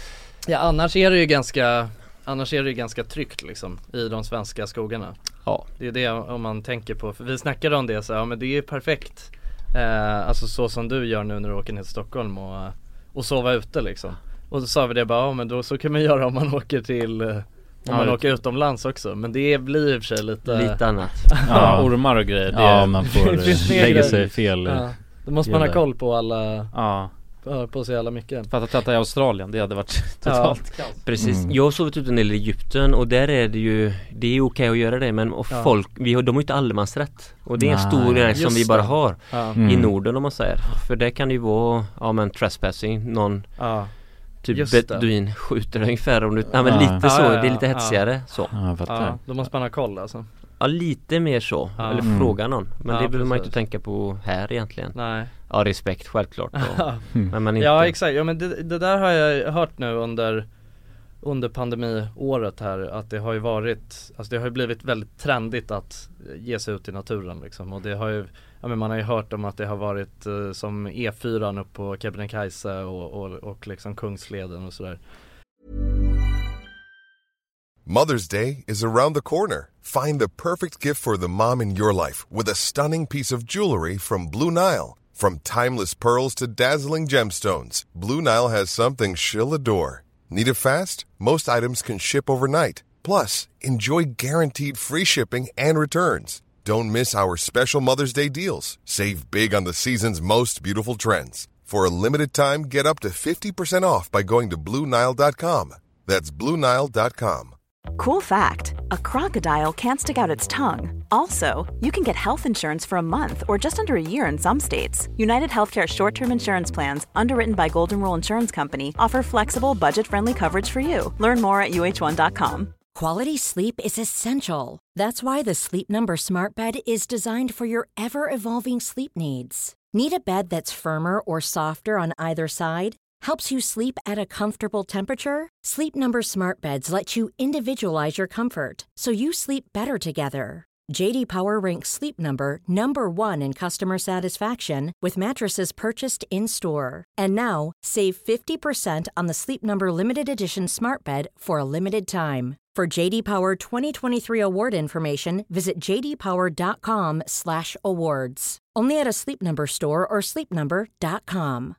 Ja, annars är det ju ganska annars är det ju ganska tryggt liksom i de svenska skogarna. Ja. Det är det om man tänker på, för vi snackade om det så ja, men det är perfekt. Eh, alltså så som du gör nu när du åker ner till Stockholm och, och sova ute liksom. Och så sa vi det bara, ja, men då så kan man göra om man åker till om ja, man åker utomlands också, men det blir i och för sig lite lite annat. Ja, ormar och grejer. Det ja, man får lägga sig fel. Ja, då måste man ha koll på alla. Ja. På sig alla mycket. För att tvätta i Australien, det hade varit totalt ja. Precis, mm. jag har sovit ute i Egypten och där är det ju, det är okej att göra det, men och ja. folk, vi har, de har ju inte allemansrätt. Och det är en Nej, stor grej som vi bara har ja. mm. i Norden om man säger. För det kan ju vara, ja men trespassing, någon ja. typ beduin skjuter ungefär om du, ja. nej men lite ja, så, ja, ja, det är lite hetsigare ja. så. Ja, ja, då måste man ha koll alltså. Ja, lite mer så, ja. eller mm. fråga någon. Men ja, det behöver man precis. inte tänka på här egentligen. Nej. Ja, respekt självklart. Och, men man inte... Ja, exakt. Ja, men det, det där har jag hört nu under under pandemiåret här, att det har ju varit, alltså det har ju blivit väldigt trendigt att ge sig ut i naturen liksom. Och det har ju, ja men man har ju hört om att det har varit uh, som E fyra upp på Kebnekaise och, och, och liksom Kungsleden och sådär. Mother's Day is around the corner. Find the perfect gift for the mom in your life with a stunning piece of jewelry from Blue Nile. From timeless pearls to dazzling gemstones, Blue Nile has something she'll adore. Need it fast? Most items can ship overnight. Plus, enjoy guaranteed free shipping and returns. Don't miss our special Mother's Day deals. Save big on the season's most beautiful trends. For a limited time, get up to fifty percent off by going to Blue Nile dot com. That's Blue Nile dot com. Cool fact, a crocodile can't stick out its tongue. Also, you can get health insurance for a month or just under a year in some states. United Healthcare short-term insurance plans, underwritten by Golden Rule Insurance Company, offer flexible, budget-friendly coverage for you. Learn more at U H one dot com. Quality sleep is essential. That's why the Sleep Number Smart Bed is designed for your ever-evolving sleep needs. Need a bed that's firmer or softer on either side? Helps you sleep at a comfortable temperature? Sleep Number Smart Beds let you individualize your comfort, so you sleep better together. J D Power ranks Sleep Number number one in customer satisfaction with mattresses purchased in-store. And now, save fifty percent on the Sleep Number Limited Edition Smart Bed for a limited time. For J D Power twenty twenty-three award information, visit j d power dot com slash awards. Only at a Sleep Number store or sleep number dot com.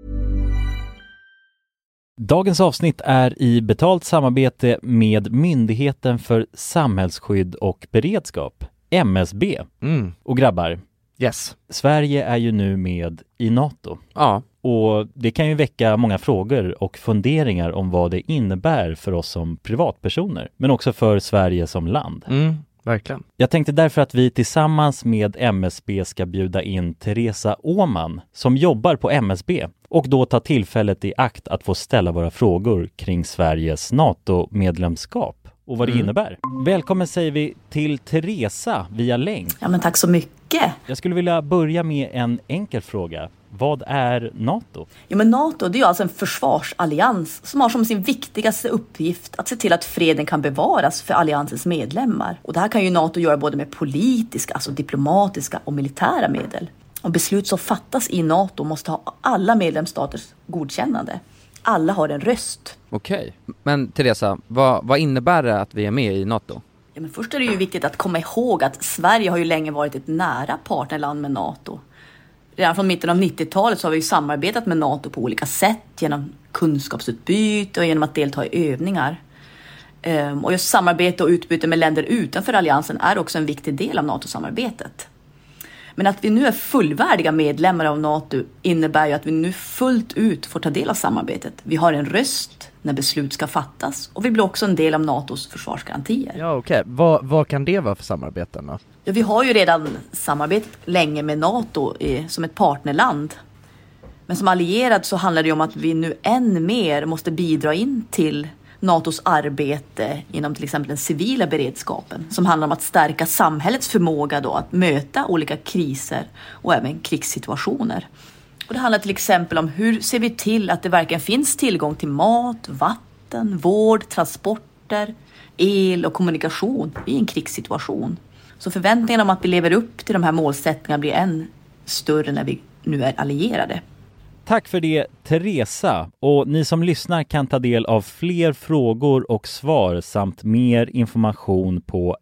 Dagens avsnitt är i betalt samarbete med Myndigheten för samhällsskydd och beredskap, M S B. Mm. Och grabbar, yes. Sverige är ju nu med i NATO. Ja. Och det kan ju väcka många frågor och funderingar om vad det innebär för oss som privatpersoner, men också för Sverige som land. Mm. Verkligen. Jag tänkte därför att vi tillsammans med M S B ska bjuda in Teresa Åman som jobbar på M S B och då ta tillfället i akt att få ställa våra frågor kring Sveriges NATO-medlemskap och vad det mm. innebär. Välkommen säger vi till Teresa via länk. Ja, men tack så mycket. Jag skulle vilja börja med en enkel fråga. Vad är NATO? Ja, men NATO, det är alltså en försvarsallians som har som sin viktigaste uppgift att se till att freden kan bevaras för alliansens medlemmar. Och det här kan ju NATO göra både med politiska, alltså diplomatiska och militära medel. Och beslut som fattas i NATO måste ha alla medlemsstaters godkännande. Alla har en röst. Okej, men Teresa, vad, vad innebär det att vi är med i NATO? Ja, men först är det ju viktigt att komma ihåg att Sverige har ju länge varit ett nära partnerland med NATO. Redan från mitten av nittiotalet så har vi samarbetat med NATO på olika sätt genom kunskapsutbyte och genom att delta i övningar. Och just samarbete och utbyte med länder utanför alliansen är också en viktig del av NATO-samarbetet. Men att vi nu är fullvärdiga medlemmar av NATO innebär ju att vi nu fullt ut får ta del av samarbetet. Vi har en röst när beslut ska fattas och vi blir också en del av NATOs försvarsgarantier. Ja, okej. Okay. Vad, vad kan det vara för samarbeten då? Ja, vi har ju redan samarbetat länge med NATO i, som ett partnerland. Men som allierad så handlar det om att vi nu än mer måste bidra in till NATOs arbete inom till exempel den civila beredskapen som handlar om att stärka samhällets förmåga då att möta olika kriser och även krigssituationer. Och det handlar till exempel om hur ser vi till att det verkligen finns tillgång till mat, vatten, vård, transporter, el och kommunikation i en krigssituation. Så förväntningarna om att vi lever upp till de här målsättningarna blir än större när vi nu är allierade. Tack för det, Teresa. Och ni som lyssnar kan ta del av fler frågor och svar samt mer information på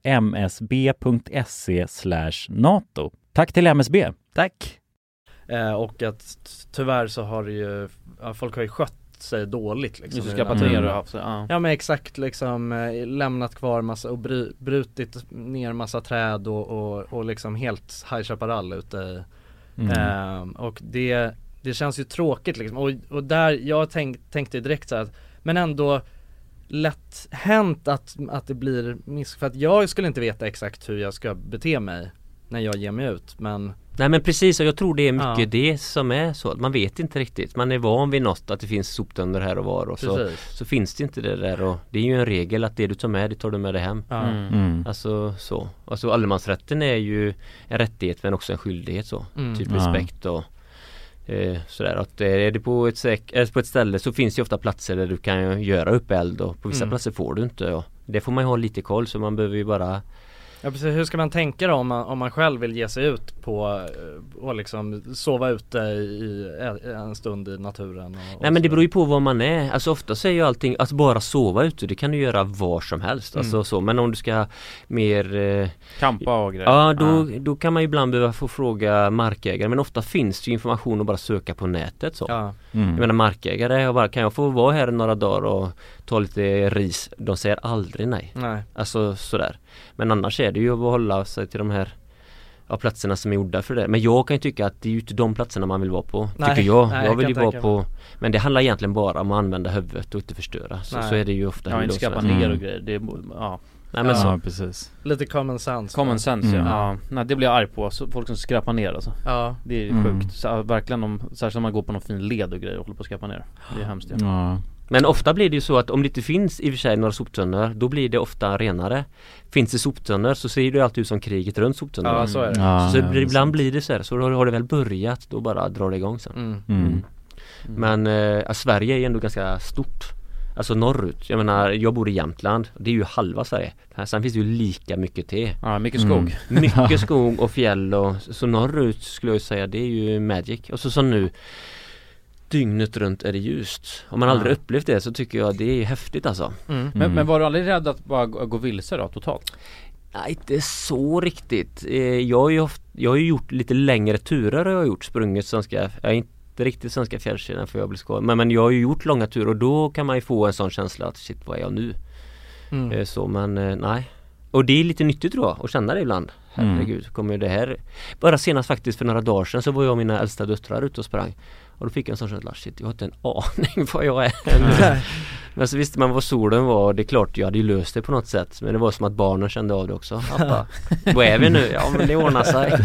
msb.se slash NATO. Tack till M S B. Tack. Eh, och att tyvärr så har det ju, ja, folk har ju skött sig dåligt liksom. Just ska patrullera mm. så, ja. ja men exakt liksom eh, lämnat kvar massa och bry, brutit ner massa träd och, och, och liksom helt High Chaparral ute i, mm. eh, och det Det känns ju tråkigt liksom. Och, och där jag tänk, tänkte direkt så här att, men ändå lätt hänt att, att det blir miss. För att jag skulle inte veta exakt hur jag ska bete mig när jag ger mig ut. Men nej men precis, och jag tror det är mycket ja. det som är så. Man vet inte riktigt. Man är van vid något, att det finns soptunnor här och var. Och så, så finns det inte det där. Och det är ju en regel att det du tar med, det tar du med dig hem. Ja. Mm. Mm. Alltså så. Alltså allemansrätten är ju en rättighet men också en skyldighet så. Mm. Typ respekt och Eh, sådär att eh, är det på ett, säk- äh, på ett ställe så finns det ofta platser där du kan göra upp eld och på vissa mm. platser får du inte och det får man ju ha lite koll så man behöver ju bara. Ja precis, hur ska man tänka då om man, om man själv vill ge sig ut på och liksom sova ute i en stund i naturen? Och, nej men det beror ju på vad man är. Alltså ofta så är ju allting, alltså bara sova ute, det kan du göra var som helst. Mm. Alltså så, men om du ska mer eh, campa och grejer. Ja, då, ah. då kan man ju ibland behöva få fråga markägare, men ofta finns det ju information att bara söka på nätet så. Ja. Mm. Jag menar markägare, jag bara, kan jag få vara här några dagar och ta lite ris? De säger aldrig nej. Nej. Alltså sådär. Men annars är det ju att hålla sig till de här ja, platserna som är gjorda för det. Men jag kan ju tycka att det är ju inte de platserna man vill vara på. Nej, tycker jag. Nej, jag vill jag ju vara på. Men det handlar egentligen bara om att använda huvudet och inte förstöra. Så, så är det ju ofta. Ja, inte skapa ner och grejer. Det är, ja. Nej, men ja, så. precis. Lite common sense. Common sense, mm. ja. ja. Nej, det blir jag arg på. Så folk som skrapar ner alltså. Ja. Det är mm. sjukt. Så, verkligen om, särskilt om man går på någon fin led och grejer och håller på att skrapa ner. Det är hemskt. Ja. Ja. Men ofta blir det ju så att om det inte finns i och för sig några soptunnor, då blir det ofta renare. Finns det soptunnor så ser det alltid ut som kriget runt soptunnor. Ja, så är det. Ja, så ja, ibland sant. Blir det så här. Så då har det väl börjat, då bara drar det igång sen. Mm. Mm. Mm. Men eh, Sverige är ändå ganska stort. Alltså norrut. Jag menar, jag bor i Jämtland. Det är ju halva Sverige. Sen finns det ju lika mycket te. Ja, mycket skog. Mm. Mycket skog och fjäll. Och, så norrut skulle jag säga, det är ju magic. Och så som nu, dygnet runt är det ljust. Om man aldrig ja. upplevt det så tycker jag det är häftigt alltså. Mm. Men, men var du aldrig rädd att bara gå vilse då, totalt? Nej, inte så riktigt. Jag har ju, ofta, jag har ju gjort lite längre turer. Jag har gjort sprungit svenska. Jag är inte riktigt svenska fjällkedjan för jag blir skadad. Men, men jag har ju gjort långa turer och då kan man ju få en sån känsla att shit, vad är jag nu? Mm. Så, men nej. Och det är lite nyttigt tror jag, att känna det ibland. Herregud, kommer det här. Bara senast faktiskt för några dagar sedan så var jag och mina äldsta döttrar ute och sprang. Och då fick jag en sån känsla, shit, jag har inte en aning vad jag är. Men så visste man vad solen var och det är klart, jag hade ju löst det på något sätt. Men det var som att barnen kände av det också. Pappa, vad är vi nu? Ja, men det ordnar sig.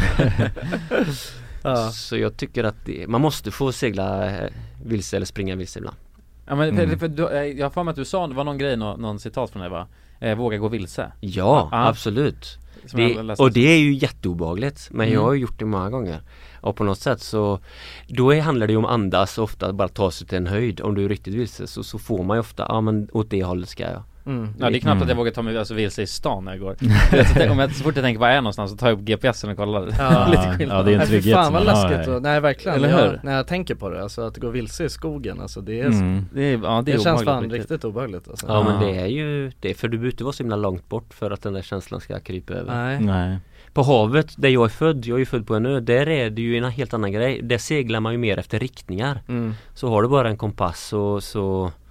Ja. Så jag tycker att det, man måste få segla vilse eller springa vilse ibland. Ja, men för, mm. för, för, jag har för mig att du sa, det var någon grej, någon, någon citat från dig va? Eh, våga gå vilse. Ja, ja. Absolut. Det, och det är ju jätteobehagligt. Men mm. jag har ju gjort det många gånger. Och på något sätt så då är, handlar det ju om andas ofta bara ta sig till en höjd. Om du är riktigt vilse så, så får man ju ofta, ja men åt det hållet ska jag. Mm. Ja, det är knappt mm. att jag vågar ta mig alltså, vilse i stan när jag går. Så, om jag, så fort jag tänker var jag är någonstans så tar jag upp G P S'en och kollar. Ja, lite ja, det är en trygghet. Fan vad läskigt. Och, nej, verkligen. Eller hur? Jag, när jag tänker på det, alltså att gå vilse i skogen, alltså det är, mm. det, är ja, det, är det känns fan riktigt, riktigt obehagligt. Alltså. Ja, ja, men det är ju det, för du behöver inte vara så himla långt bort för att den där känslan ska krypa över. Nej. Nej. På havet, där jag är född, jag är ju född på en ö, där är det ju en helt annan grej. Där seglar man ju mer efter riktningar. Mm. Så har du bara en kompass och så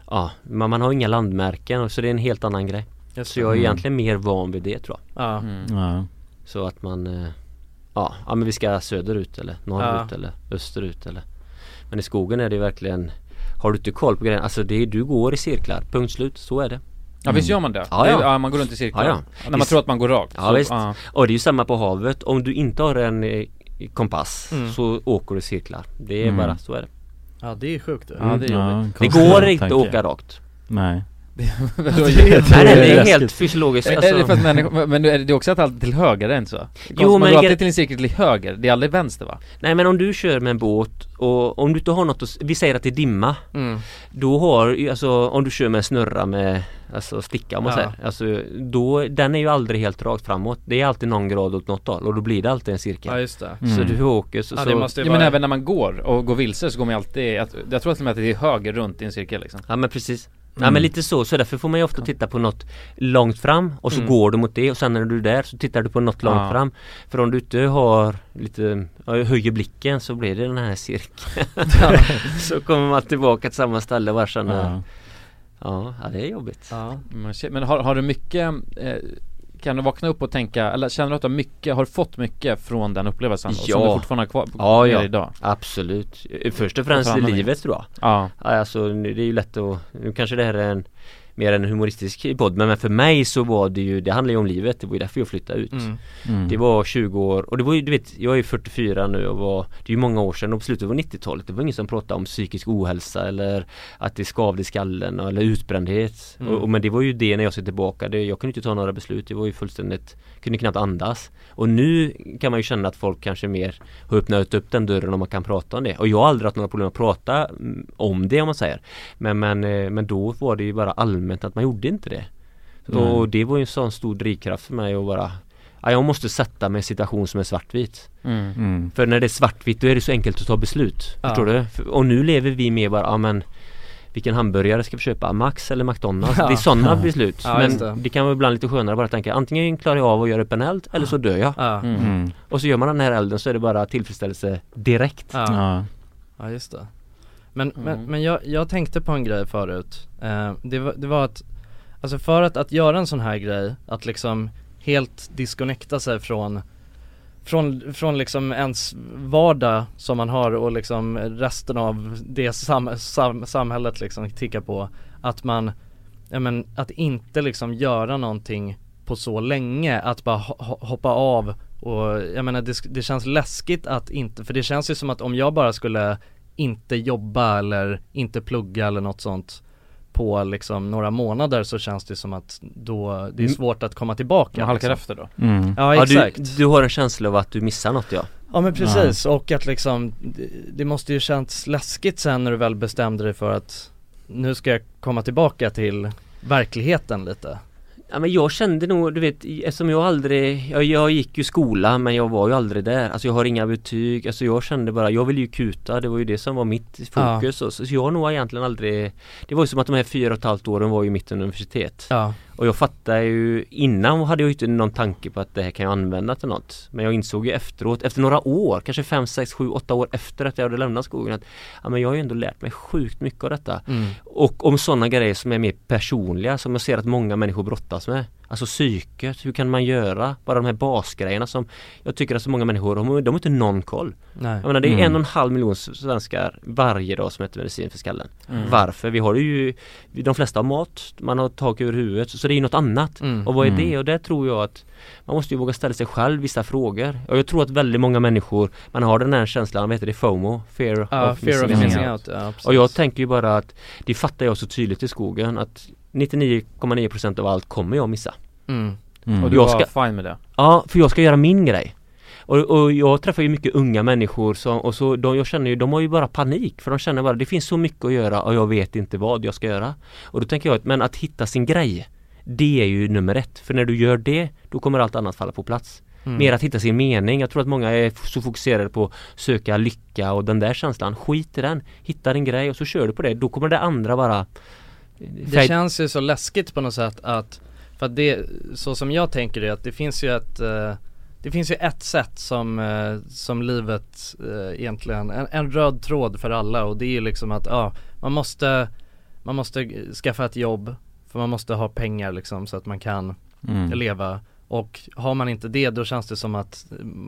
ja, man, man har inga landmärken och så det är en helt annan grej. Just så jag är mm. egentligen mer van vid det tror jag. Ja. Mm. Ja. Så att man eh, ja, ja men vi ska söderut eller norrut ja. eller österut eller. Men i skogen är det verkligen, har du inte koll på grejen, alltså det är, du går i cirklar, punkt slut, så är det. Ja, visst gör man det? Ja, ja. ja man går runt i cirklar. Ja, ja. När man tror att man går rakt. Ja, så, visst. Ja. Och det är ju samma på havet. Om du inte har en eh, kompass Mm. så åker du i cirklar. Det är Mm. bara, så är det. Ja, det är sjukt det. Ja, det är Ja, jobbigt. Det konstigt går inte att tanke. åka rakt. Nej. det är, Nej, nej, det är helt fysiologiskt. Men, Alltså. är det för att människor, men är det också att allt till höger, är det inte så? Jo, man men går alltid det- till en cirkel till höger, det är aldrig vänster va? Nej, men om du kör med en båt och om du inte har något att, vi säger att det är dimma. Mm. Då har, alltså om du kör med en snurra med, alltså sticka om man Ja. säger. Alltså då, den är ju aldrig helt rakt framåt. Det är alltid någon grad åt något håll och då blir det alltid en cirkel. Ja, just det. Mm. Så du åker så, Ja, så det måste ju Ja, vara... men även när man går och går vilse så går man alltid, jag, jag tror till och med att det är höger runt i en cirkel liksom. Ja, men precis. Mm. Ja, men lite så, så därför får man ju ofta titta på något långt fram och så Mm. går du mot det och sen när du är där så tittar du på något långt Ja. fram. För om du inte har lite, ja, höjer blicken så blir det den här cirkeln. Så kommer man tillbaka till samma ställe och bara känner, Ja. ja, ja det är jobbigt. Ja. Men shit, Men har, har du mycket, eh, kan du vakna upp och tänka, eller känner du att du har mycket, har fått mycket från den upplevelsen? Och Ja. som du fortfarande har kvar Ja, med ja. dig idag? Absolut. Först och främst i annan livet tror jag. Ja. Ja, alltså nu- det är ju lätt att, nu kanske det här är en mer en humoristisk podd, men för mig så var det ju, det handlar ju om livet, det var ju därför jag flyttade ut. Mm. Mm. Det var tjugo år, och det var ju, du vet, jag är fyrtiofyra nu och var, det är ju många år sedan och på slutet var nittiotalet, det var ingen som pratade om psykisk ohälsa eller att det skavde i skallen eller utbrändhet. Mm. Och, och, men det var ju det när jag ser tillbaka, det, jag kunde inte ta några beslut, det var ju fullständigt, kunde knappt andas. Och nu kan man ju känna att folk kanske mer har öppnat upp den dörren om man kan prata om det. Och jag har aldrig haft några problem att prata mm, om det om man säger. Men, men, eh, men då var det ju bara allmänt att man gjorde inte det. Mm. Och det var ju en sån stor drivkraft för mig att bara, ja, jag måste sätta mig i en situation som är svartvit. Mm. Mm. För när det är svartvitt då är det så enkelt att ta beslut. Ja. Förstår du? För- Och nu lever vi med bara, ja men vilken hamburgare ska vi köpa? Max eller McDonalds? Ja. Det är sådana beslut. Ja, men just det. det. kan vara ibland lite skönare bara att tänka, antingen klarar jag av att göra upp en eld eller så dör jag. Ja. Mm. Mm. Och så gör man den här elden så är det bara tillfredsställelse direkt. Ja. Ja. Ja, just det. Men, Mm. men, men jag, jag tänkte på en grej förut. Eh, det, var, det var att, alltså för att, att göra en sån här grej, att liksom helt disconnecta sig från Från, från liksom ens vardag som man har och liksom resten av det sam, sam, samhället liksom tickar på. Att man, ja men, att inte liksom göra någonting på så länge, att bara ho- hoppa av. Och jag menar det, det känns läskigt att inte, för det känns ju som att om jag bara skulle inte jobba eller inte plugga eller något sånt på liksom några månader, så känns det som att då det är Mm. svårt att komma tillbaka. Man halkar liksom. efter då. Mm. Ja, Ja, exakt. du, du har en känsla av att du missar något, ja. Ja men precis, och att liksom det, det måste ju känns läskigt sen när du väl bestämde dig för att nu ska jag komma tillbaka till verkligheten lite. Ja, men jag kände nog, du vet, eftersom jag aldrig, jag, jag gick ju skola men jag var ju aldrig där. Alltså jag har inga betyg, alltså jag kände bara, jag ville ju kuta, det var ju det som var mitt fokus. Ja. Så, så jag har nog egentligen aldrig, det var ju som att de här fyra och ett halvt åren var ju mitt universitet. Ja. Och jag fattade ju, innan hade jag ju inte någon tanke på att det här kan jag använda till något. Men jag insåg ju efteråt, efter några år, kanske fem, sex, sju, åtta år efter att jag hade lämnat skogen, att ja, men jag har ju ändå lärt mig sjukt mycket av detta. Mm. Och om sådana grejer som är mer personliga, som jag ser att många människor brottas med. Alltså psyket, hur kan man göra? Bara de här basgrejerna som jag tycker att så många människor, de, de har inte någon koll. Nej. Jag menar, det är Mm. en och en halv miljon svenskar varje dag som äter medicin för skallen. Mm. Varför? Vi har ju, de flesta har mat, man har tak över huvudet, så det är ju något annat. Mm. Och vad är Mm. det? Och där tror jag att man måste ju våga ställa sig själv vissa frågor. Och jag tror att väldigt många människor, man har den här känslan, vad heter det? FOMO, fear Ja, of fear of missing missing out. out. Ja, precis. Och jag tänker ju bara att det fattar jag så tydligt i skogen att nittionio komma nio procent av allt kommer jag missa. Mm. Mm. Och du Jag var ska- fine med det? Ja, för jag ska göra min grej. Och, och jag träffar ju mycket unga människor som, och så de, jag känner ju, de har ju bara panik, för de känner bara, det finns så mycket att göra och jag vet inte vad jag ska göra. Och då tänker jag att, men att hitta sin grej, det är ju nummer ett. För när du gör det, då kommer allt annat falla på plats. Mm. Mer att hitta sin mening. Jag tror att många är så fokuserade på att söka lycka och den där känslan. Skit i den. Hitta din grej och så kör du på det. Då kommer det andra bara... Det känns ju så läskigt på något sätt att, för att det, så som jag tänker det, att det finns ju ett eh, det finns ju ett sätt som, eh, som livet eh, egentligen, en, en röd tråd för alla, och det är ju liksom att ja, man måste man måste skaffa ett jobb, för man måste ha pengar liksom så att man kan mm. leva. Och har man inte det, då känns det som att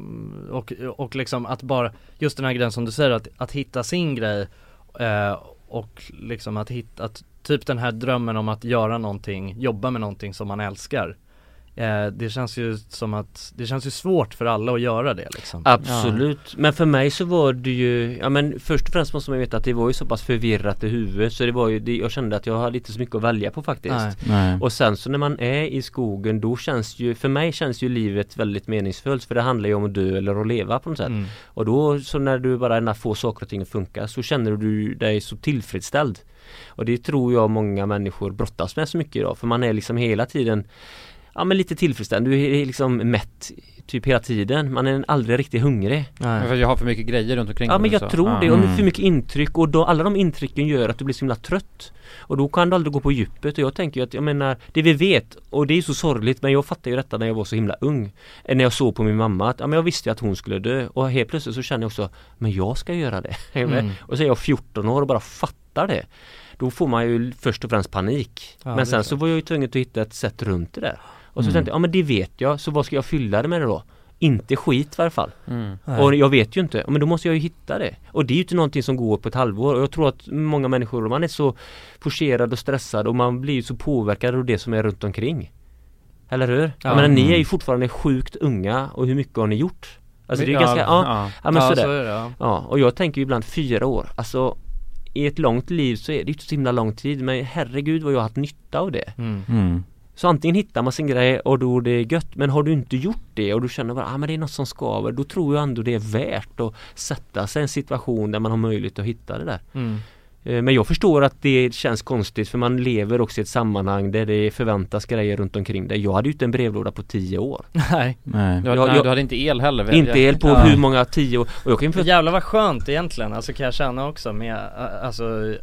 och, och liksom att bara just den här grejen som du säger, att, att hitta sin grej eh, och liksom att hitta att, typ den här drömmen om att göra någonting, jobba med någonting som man älskar. Eh, det känns ju som att det känns ju svårt för alla att göra det liksom. Absolut, ja. Men för mig så var det ju, ja men först och främst måste man veta att det var ju så pass förvirrat i huvudet, så det var ju, det, jag kände att jag hade inte så mycket att välja på faktiskt. Nej. Nej. Och sen så när man är i skogen, då känns ju, för mig känns ju livet väldigt meningsfullt, för det handlar ju om att dö eller att leva på något sätt. Mm. Och då så när du bara när få saker och ting funkar, så känner du dig så tillfredsställd. Och det tror jag många människor brottas med så mycket idag, för man är liksom hela tiden ja men lite tillfredsställd. Du är liksom mätt typ hela tiden. Man är aldrig riktigt hungrig. Nej. För jag har för mycket grejer runt omkring. Ja men jag så. tror ah. det. Och mm. för mycket intryck. Och då, alla de intrycken gör att du blir så himla trött. Och då kan du aldrig gå på djupet. Och jag tänker ju att, jag menar, det vi vet, och det är så sorgligt, men jag fattade ju detta när jag var så himla ung. När jag såg på min mamma att ja, men jag visste ju att hon skulle dö. Och helt plötsligt så känner jag också, men jag ska göra det. Mm. Och så är jag fjorton år och bara fattar det. Då får man ju först och främst panik. Ja, men sen så var jag ju tvungen att hitta ett sätt runt det där. Och så mm. tänkte jag, ja men det vet jag, så vad ska jag fylla det med det då? Inte skit i alla fall. Mm. Och jag vet ju inte, men då måste jag ju hitta det. Och det är ju inte någonting som går på ett halvår. Och jag tror att många människor, man är så forcerad och stressad och man blir ju så påverkad av det som är runt omkring. Eller hur? Ja. Jag menar, ni är ju fortfarande sjukt unga, och hur mycket har ni gjort? Alltså det är ja, ganska, ja, ja. ja men ja, sådär. Så är det, ja. Ja, och jag tänker ju ibland fyra år, alltså i ett långt liv så är det ju inte så himla lång tid, men herregud vad jag har haft nytta av det. Mm. Mm. Så antingen hittar man sin grej och då är det gött, men har du inte gjort det och du känner bara, ah, men det är något som skaver, då tror jag ändå det är värt att sätta sig i en situation där man har möjlighet att hitta det där. Mm. Men jag förstår att det känns konstigt, för man lever också i ett sammanhang där det förväntas grejer runt omkring det. Jag hade ju inte en brevlåda på tio år. Nej, nej. Du, jag, jag, du hade inte el heller väl? Inte el på ja. hur många tio år. Och jag kan för... Jävlar vad skönt egentligen, alltså kan jag känna också med, alltså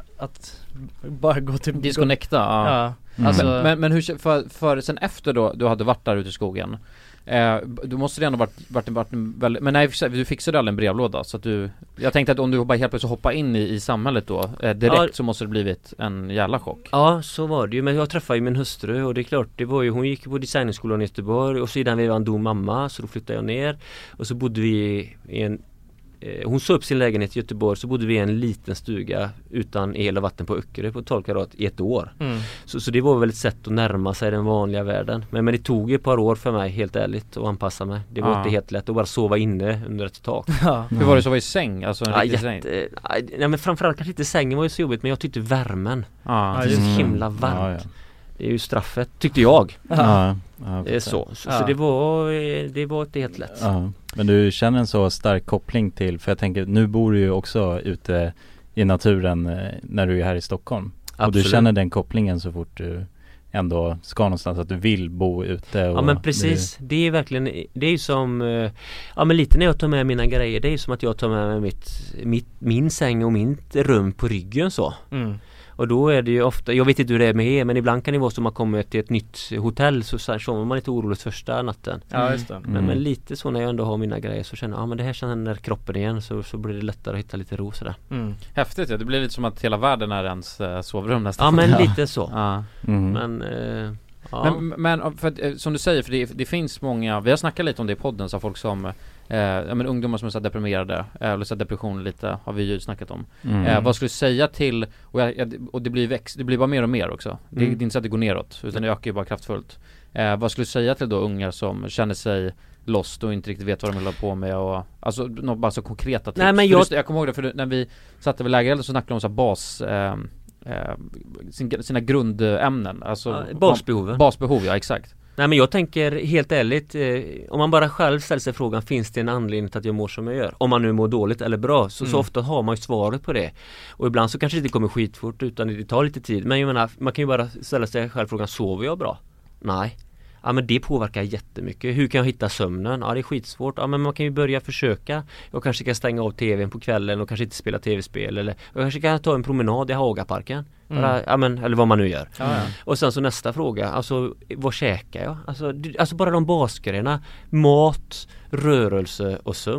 att bara gå till disconnecta. Ja. Ja. Mm. Alltså, men, men, men hur, för, för sen efter då du hade varit där ute i skogen, eh, du måste det ändå varit, varit, varit en väldigt, men nej, du fixade aldrig en brevlåda, så att du, jag tänkte att om du bara helt plötsligt hoppa in i, i samhället då eh, direkt, ja. Så måste det blivit en jävla chock. Ja, så var det ju, men jag träffade ju min hustru, och det är klart, det var ju, hon gick på designskolan i Göteborg, och så i den vevan dog mamma, så då flyttade jag ner, och så bodde vi i en, hon såg upp sin lägenhet i Göteborg, så bodde vi i en liten stuga utan el och vatten på Öckerö på tolv kvadrat i ett år. Mm. Så, så det var väl ett sätt att närma sig den vanliga världen. Men, men det tog ett par år för mig, helt ärligt, att anpassa mig. Det var ah. inte helt lätt att bara sova inne under ett tak. Ja. Hur var det, så var i säng? Alltså en ja, riktig jätte, säng? Nej, men framförallt kanske inte sängen var ju så jobbigt, men jag tyckte värmen. Ah. Det är så himla varmt. Ja, ja. Det är ju straffet, tyckte jag. Ja, ja, det är så. Så, ja. så det var det var inte helt lätt. Ja. Men du känner en så stark koppling till, för jag tänker, nu bor du ju också ute i naturen när du är här i Stockholm. Absolut. Och du känner den kopplingen så fort du ändå ska någonstans, att du vill bo ute. Och ja men precis, du... det är verkligen, det är ju som, ja men lite när jag tar med mina grejer, det är som att jag tar med mig mitt, mitt, min säng och mitt rum på ryggen så. Mm. Och då är det ju ofta, jag vet inte hur det är med er, men ibland kan det vara som att man kommer till ett nytt hotell, så sover man lite oroligt första natten. Ja, just det. Mm. Men, men lite så när jag ändå har mina grejer, så känner jag, ja men det här känner kroppen igen, så, så blir det lättare att hitta lite ro sådär. Mm. Häftigt, ja. Det blir lite som att hela världen är ens uh, sovrum nästan. Ja, men ja. lite så. Ja. Mm. Men... Uh, Ja. Men, men för, som du säger, för det, det finns många, vi har snackat lite om det i podden, så folk som eh, ja, men ungdomar som är så deprimerade, eller så depression lite, har vi ju snackat om. Mm. Eh, vad skulle du säga till, och, jag, och det blir växt, det blir bara mer och mer också. Det, mm. det är inte så att det går neråt, utan det ökar ju bara kraftfullt. Eh, vad skulle du säga till då unga som känner sig lost och inte riktigt vet vad de vill ha på med, och alltså något bara så konkreta tips? Nej, men jag... du, jag kommer ihåg det, för när vi satt vid lägerelden så snackade de om så här bas eh, Eh, sin, sina grundämnen, alltså ja, basbehoven. Basbehov, ja, exakt. Nej, men jag tänker helt ärligt, eh, om man bara själv ställer sig frågan, finns det en anledning till att jag mår som jag gör? Om man nu mår dåligt eller bra, så, mm. så ofta har man ju svaret på det. Och ibland så kanske det inte kommer skitfort, utan det tar lite tid. Men jag menar, man kan ju bara ställa sig själv frågan, sover jag bra? Nej. Ja, men det påverkar jättemycket. Hur kan jag hitta sömnen? Ja, det är skitsvårt. Ja, men man kan ju börja försöka. Jag kanske kan stänga av tvn på kvällen och kanske inte spela tv-spel. Eller jag kanske kan ta en promenad i Hagaparken. Mm. Eller, ja, men, eller vad man nu gör. Ja, ja. Och sen så nästa fråga. Alltså, vad käkar jag? Alltså, alltså bara de basgrejerna. Mat, rörelse och sömn.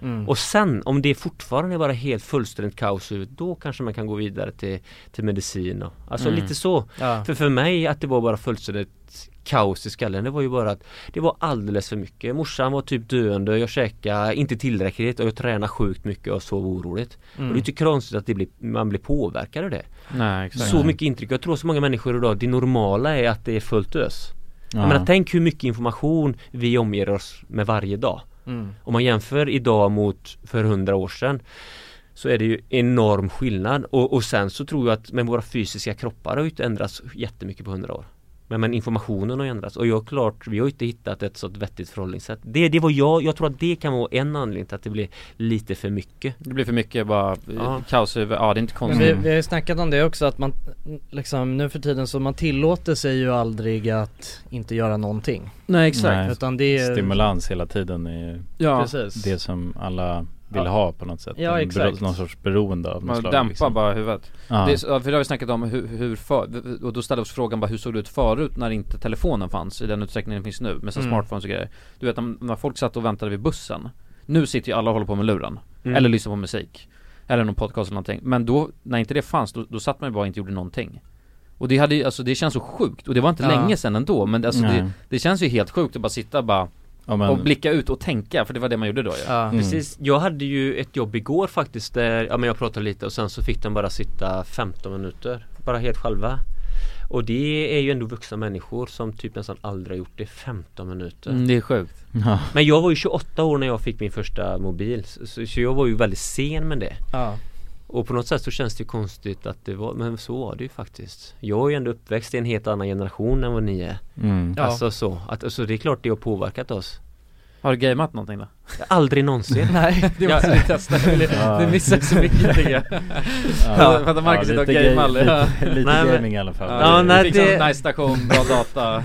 Mm. Och sen, om det fortfarande är bara helt fullständigt kaos, då kanske man kan gå vidare till, till medicin. Och, alltså mm. lite så. Ja. För för mig att det var bara fullständigt kaos i skallen, det var ju bara att det var alldeles för mycket. Morsan var typ döende, jag käkade inte tillräckligt och jag tränade sjukt mycket och sov oroligt. Mm. Och det är inte konstigt att det blir, man blir påverkad av det. Nej, exakt. Så mycket intryck. Jag tror så många människor idag, det normala är att det är fullt ös. Ja. Jag menar, tänk hur mycket information vi omger oss med varje dag. Mm. Om man jämför idag mot för hundra år sedan, så är det ju enorm skillnad. Och, och sen så tror jag att med våra fysiska kroppar har ju inte ändrats jättemycket på hundra år. Men, men informationen har ändrats. Och jag klart, vi har inte hittat ett sådant vettigt förhållningssätt. Det, det var jag, jag tror att det kan vara en anledning till att det blir lite för mycket. Det blir för mycket bara ja. kaos över, ja det är inte konstigt. Men vi, vi har ju snackat om det också, att man liksom nu för tiden så man tillåter sig ju aldrig att inte göra någonting. Nej, exakt. Nej, utan det är stimulans hela tiden är ja. Precis. det som alla vill ja. ha på något sätt. Ja, exakt. Någon sorts beroende av man slag, dämpar liksom. bara huvudet. Ja. Det är, för det har vi snackat om hur, hur för, och då ställde oss frågan bara hur såg det ut förut när inte telefonen fanns i den utsträckningen den finns nu med så mm. smartphones och grejer. Du vet när folk satt och väntade vid bussen. Nu sitter ju alla och håller på med luren mm. eller lyssnar på musik eller någon podcast eller någonting. Men då när inte det fanns då, då satt man ju bara och inte gjorde någonting. Och det hade alltså det känns så sjukt och det var inte ja. länge sedan ändå, men alltså det, det känns ju helt sjukt att bara sitta bara ja, men... och blicka ut och tänka, för det var det man gjorde då ja. Ja, mm. precis. Jag hade ju ett jobb igår faktiskt där ja, men jag pratade lite och sen så fick de bara sitta femton minuter bara helt själva. Och det är ju ändå vuxna människor som typ nästan aldrig har gjort det femton minuter. Mm, det är sjukt. Ja. Men jag var ju tjugoåtta år när jag fick min första mobil, så, så jag var ju väldigt sen med det. Ja. Och på något sätt så känns det ju konstigt att det var, men så var det ju faktiskt. Jag är ju ändå uppväxt i en helt annan generation än vad ni är. Mm. Alltså ja. så, att, alltså, det är klart det har påverkat oss. Har du gameat någonting då? Aldrig någonsin. Nej, det måste vi testa. Ja. Det missar så mycket tycker jag. Ja, för att Marcus sitter och gamear. Lite, lite nej, gaming i alla fall. Ja, ja, nej, det är en nice station, bra data.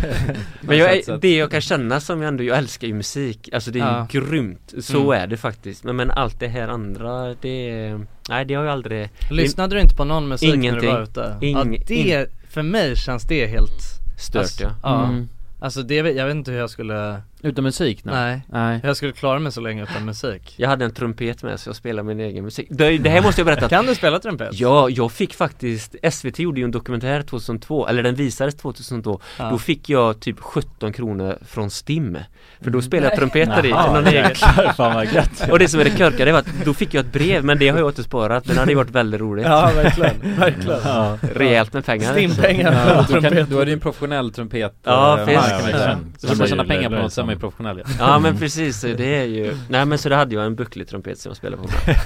Men jag, det jag kan känna som jag ändå, jag älskar ju musik. Alltså det är ja. ju grymt. Så mm. är det faktiskt. Men, men allt det här andra, det nej, det har jag aldrig. Lyssnade du inte på någon musik ingenting. när du var ute? Ing, ja, det, för mig känns det helt stört, alltså, ja. ja. Mm. Alltså det, jag vet inte hur jag skulle utan musik nu. Nej. Nej. Jag skulle klara mig så länge utan musik. Jag hade en trumpet med så jag spelade min egen musik. Det, det här måste jag berätta. Kan du spela trumpet? Ja, jag fick faktiskt S V T gjorde ju en dokumentär tjugohundratvå, eller den visades tjugohundratvå. Ja. Då fick jag typ sjutton kronor från Stim. För då spelade jag trumpeter i någon egen. Fan vad gött. Och det som är det körkade var att då fick jag ett brev, men det har jag inte sparat. Men det hade ju varit väldigt roligt. Ja, verkligen. Verkligen. Ja. Rejält med pengar. Stimpengar. Ja, du, kan, du har ju en professionell trumpet. Ja, äh, finns. Ja, så du får tjäna pengar på något som är professionell. Ja, men precis, det är ju. Nej, men så det hade jag en bucklig trumpet som jag spelade på.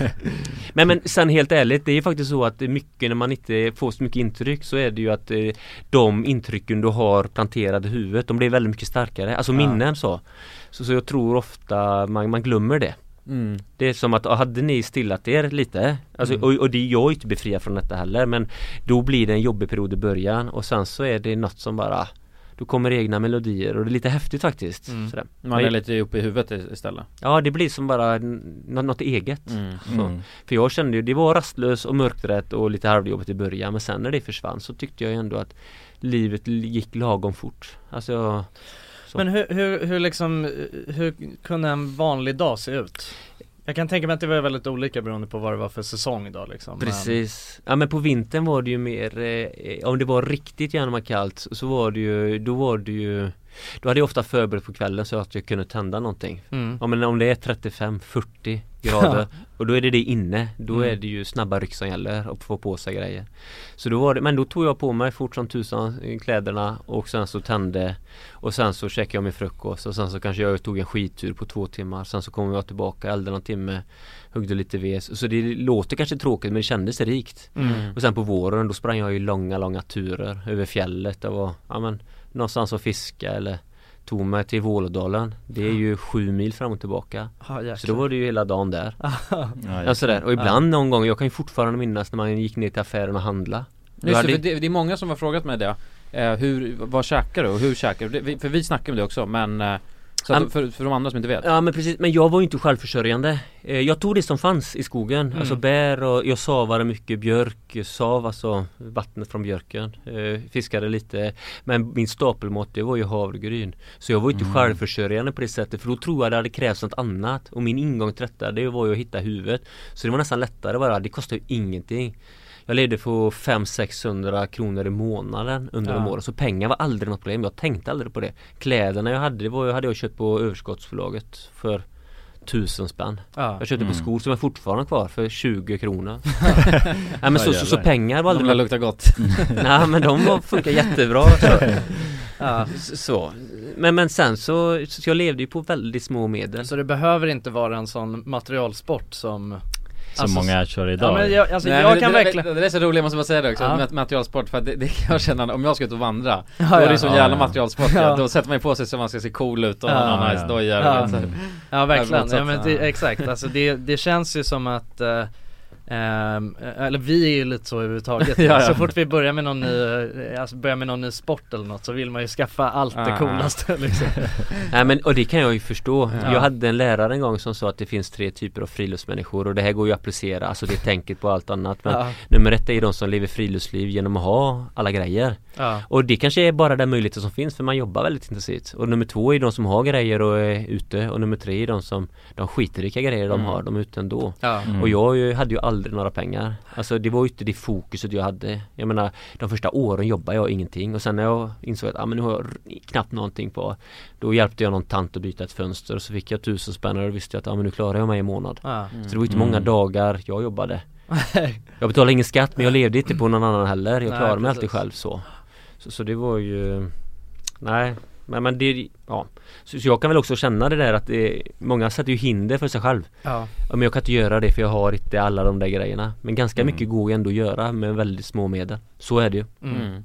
men men sen helt ärligt, det är faktiskt så att det är mycket när man inte får så mycket intryck, så är det ju att eh, de intrycken du har planterade i huvudet, de blir väldigt mycket starkare. Alltså minnen ja. så. så. Så jag tror ofta man, man glömmer det. Mm. Det är som att, hade ni stillat er lite alltså, mm. och, och det, jag är inte befriad från detta heller, men då blir det en jobbig period i början och sen så är det något som bara då kommer egna melodier och det är lite häftigt faktiskt. Mm. Sådär. Man är lite uppe i huvudet istället. Ja, det blir som bara något, något eget. Mm. Mm. För jag kände ju, det var rastlös och mörkrätt och lite halvjobbigt i början, men sen när det försvann så tyckte jag ändå att livet gick lagom fort. Alltså så. Men hur, hur, hur liksom hur kunde en vanlig dag se ut? Jag kan tänka mig att det var väldigt olika beroende på vad det var för säsong idag liksom. Precis. Ja, men på vintern var det ju mer eh, om det var riktigt gärna kallt så var det ju då var det ju då hade jag ofta förberett på kvällen så att jag kunde tända någonting. Mm. Ja, men om det är trettiofem fyrtio grader och då är det det inne, då mm. är det ju snabba ryck som gäller och få på sig grejer. Så då var det, men då tog jag på mig fort som tusan kläderna och sen så tände och sen så checkade jag min frukost och sen så kanske jag tog en skidtur på två timmar, sen så kom jag tillbaka, eldade en timme, huggde lite ved. Så det låter kanske tråkigt men det kändes rikt. Mm. Och sen på våren då sprang jag ju långa långa turer över fjället och ja men någonstans att fiska eller tog mig till Vålådalen. Det är ju sju mil fram och tillbaka. Ah, så då var det ju hela dagen där. ja, alltså där. Och ibland någon gång, jag kan ju fortfarande minnas när man gick ner till affären och handla. Just hade... det, det är många som har frågat mig det. Eh, hur, vad käkar du och hur käkar du? Det, för vi snackar om det också, men... Eh, Så att, för, för de andra som inte vet. Ja men precis, men jag var ju inte självförsörjande. eh, Jag tog det som fanns i skogen, Mm. alltså bär och jag savade mycket björk, sav alltså vattnet från björken, eh, fiskade lite. Men min stapelmat det var ju havregryn. Så jag var ju inte Mm. självförsörjande på det sättet, för då tror jag det hade krävts något annat. Och min ingång till detta, det var ju att hitta huvudet. Så det var nästan lättare bara, det kostade ju ingenting. Jag levde för fem till sexhundra kronor i månaden under Ja. de åren. Så pengar var aldrig något problem. Jag tänkte aldrig på det. Kläderna jag hade, det var, hade jag köpt på överskottsförlaget för tusen spänn. Ja. Jag köpte Mm. på skor som är fortfarande kvar för tjugo kronor. Nej men så, så, så pengar var aldrig De luktar gott. Nej men de var, funkar jättebra. Så. Ja, så. Men, men sen så, så jag levde ju på väldigt små medel. Så det behöver inte vara en sån materialsport som Som alltså, många kör idag. Ja men jag, alltså Nej, jag men kan det, verkligen det, det är så roligt, jag måste bara säga det också, Ja. med materialsport, för att det, det kan jag känna, om jag ska ut och vandra Ja, då är ja. det så Ja, jävla ja. materialsport, Ja. ja. Då sätter man ju på sig så man ska se cool ut och Ja, ha ja. nice dojar Ja. och så. Ja verkligen, Ja, ja, men det, exakt, alltså det, det känns ju som att eh, ehm, eller vi är ju lite så överhuvudtaget. Ja, ja. Så fort vi börjar med någon ny, eh, alltså börjar med någon ny sport eller något, så vill man ju skaffa allt det Ja. coolaste liksom. Nej men, och det kan jag ju förstå. Ja. Jag hade en lärare en gång som sa att det finns tre typer av friluftsmänniskor, och det här går ju att applicera, alltså det är tänket på allt annat. Men Ja. nummer ett är ju de som lever friluftsliv genom att ha alla grejer. Ja. Och det kanske är bara den möjligheten som finns, för man jobbar väldigt intensivt. Och nummer två är de som har grejer och är ute. Och nummer tre är de som de skiter i vilka grejer de Mm. har, de är ute ändå. Ja. Mm. Och jag ju, hade ju aldrig några pengar. Alltså det var ju inte det fokuset jag hade. Jag menar, de första åren jobbade jag ingenting. Och sen när jag insåg att ah, men nu har jag r- knappt någonting på, då hjälpte jag någon tant att byta ett fönster. Och så fick jag tusen spänn, och då visste jag att ah, men nu klarar jag mig i månad. Ja. Så det var inte Mm. många dagar jag jobbade. Jag betalade ingen skatt, men jag levde inte på någon annan heller. Jag Nej, klarade mig precis. alltid själv så. så. Så det var ju... Nej, men, men det... Ja. Så, så jag kan väl också känna det där att det, många sätter ju hinder för sig själv. Ja. Ja, men jag kan inte göra det för jag har inte alla de där grejerna. Men ganska Mm. mycket går ju ändå att göra med väldigt små medel. Så är det ju. Mm. Mm.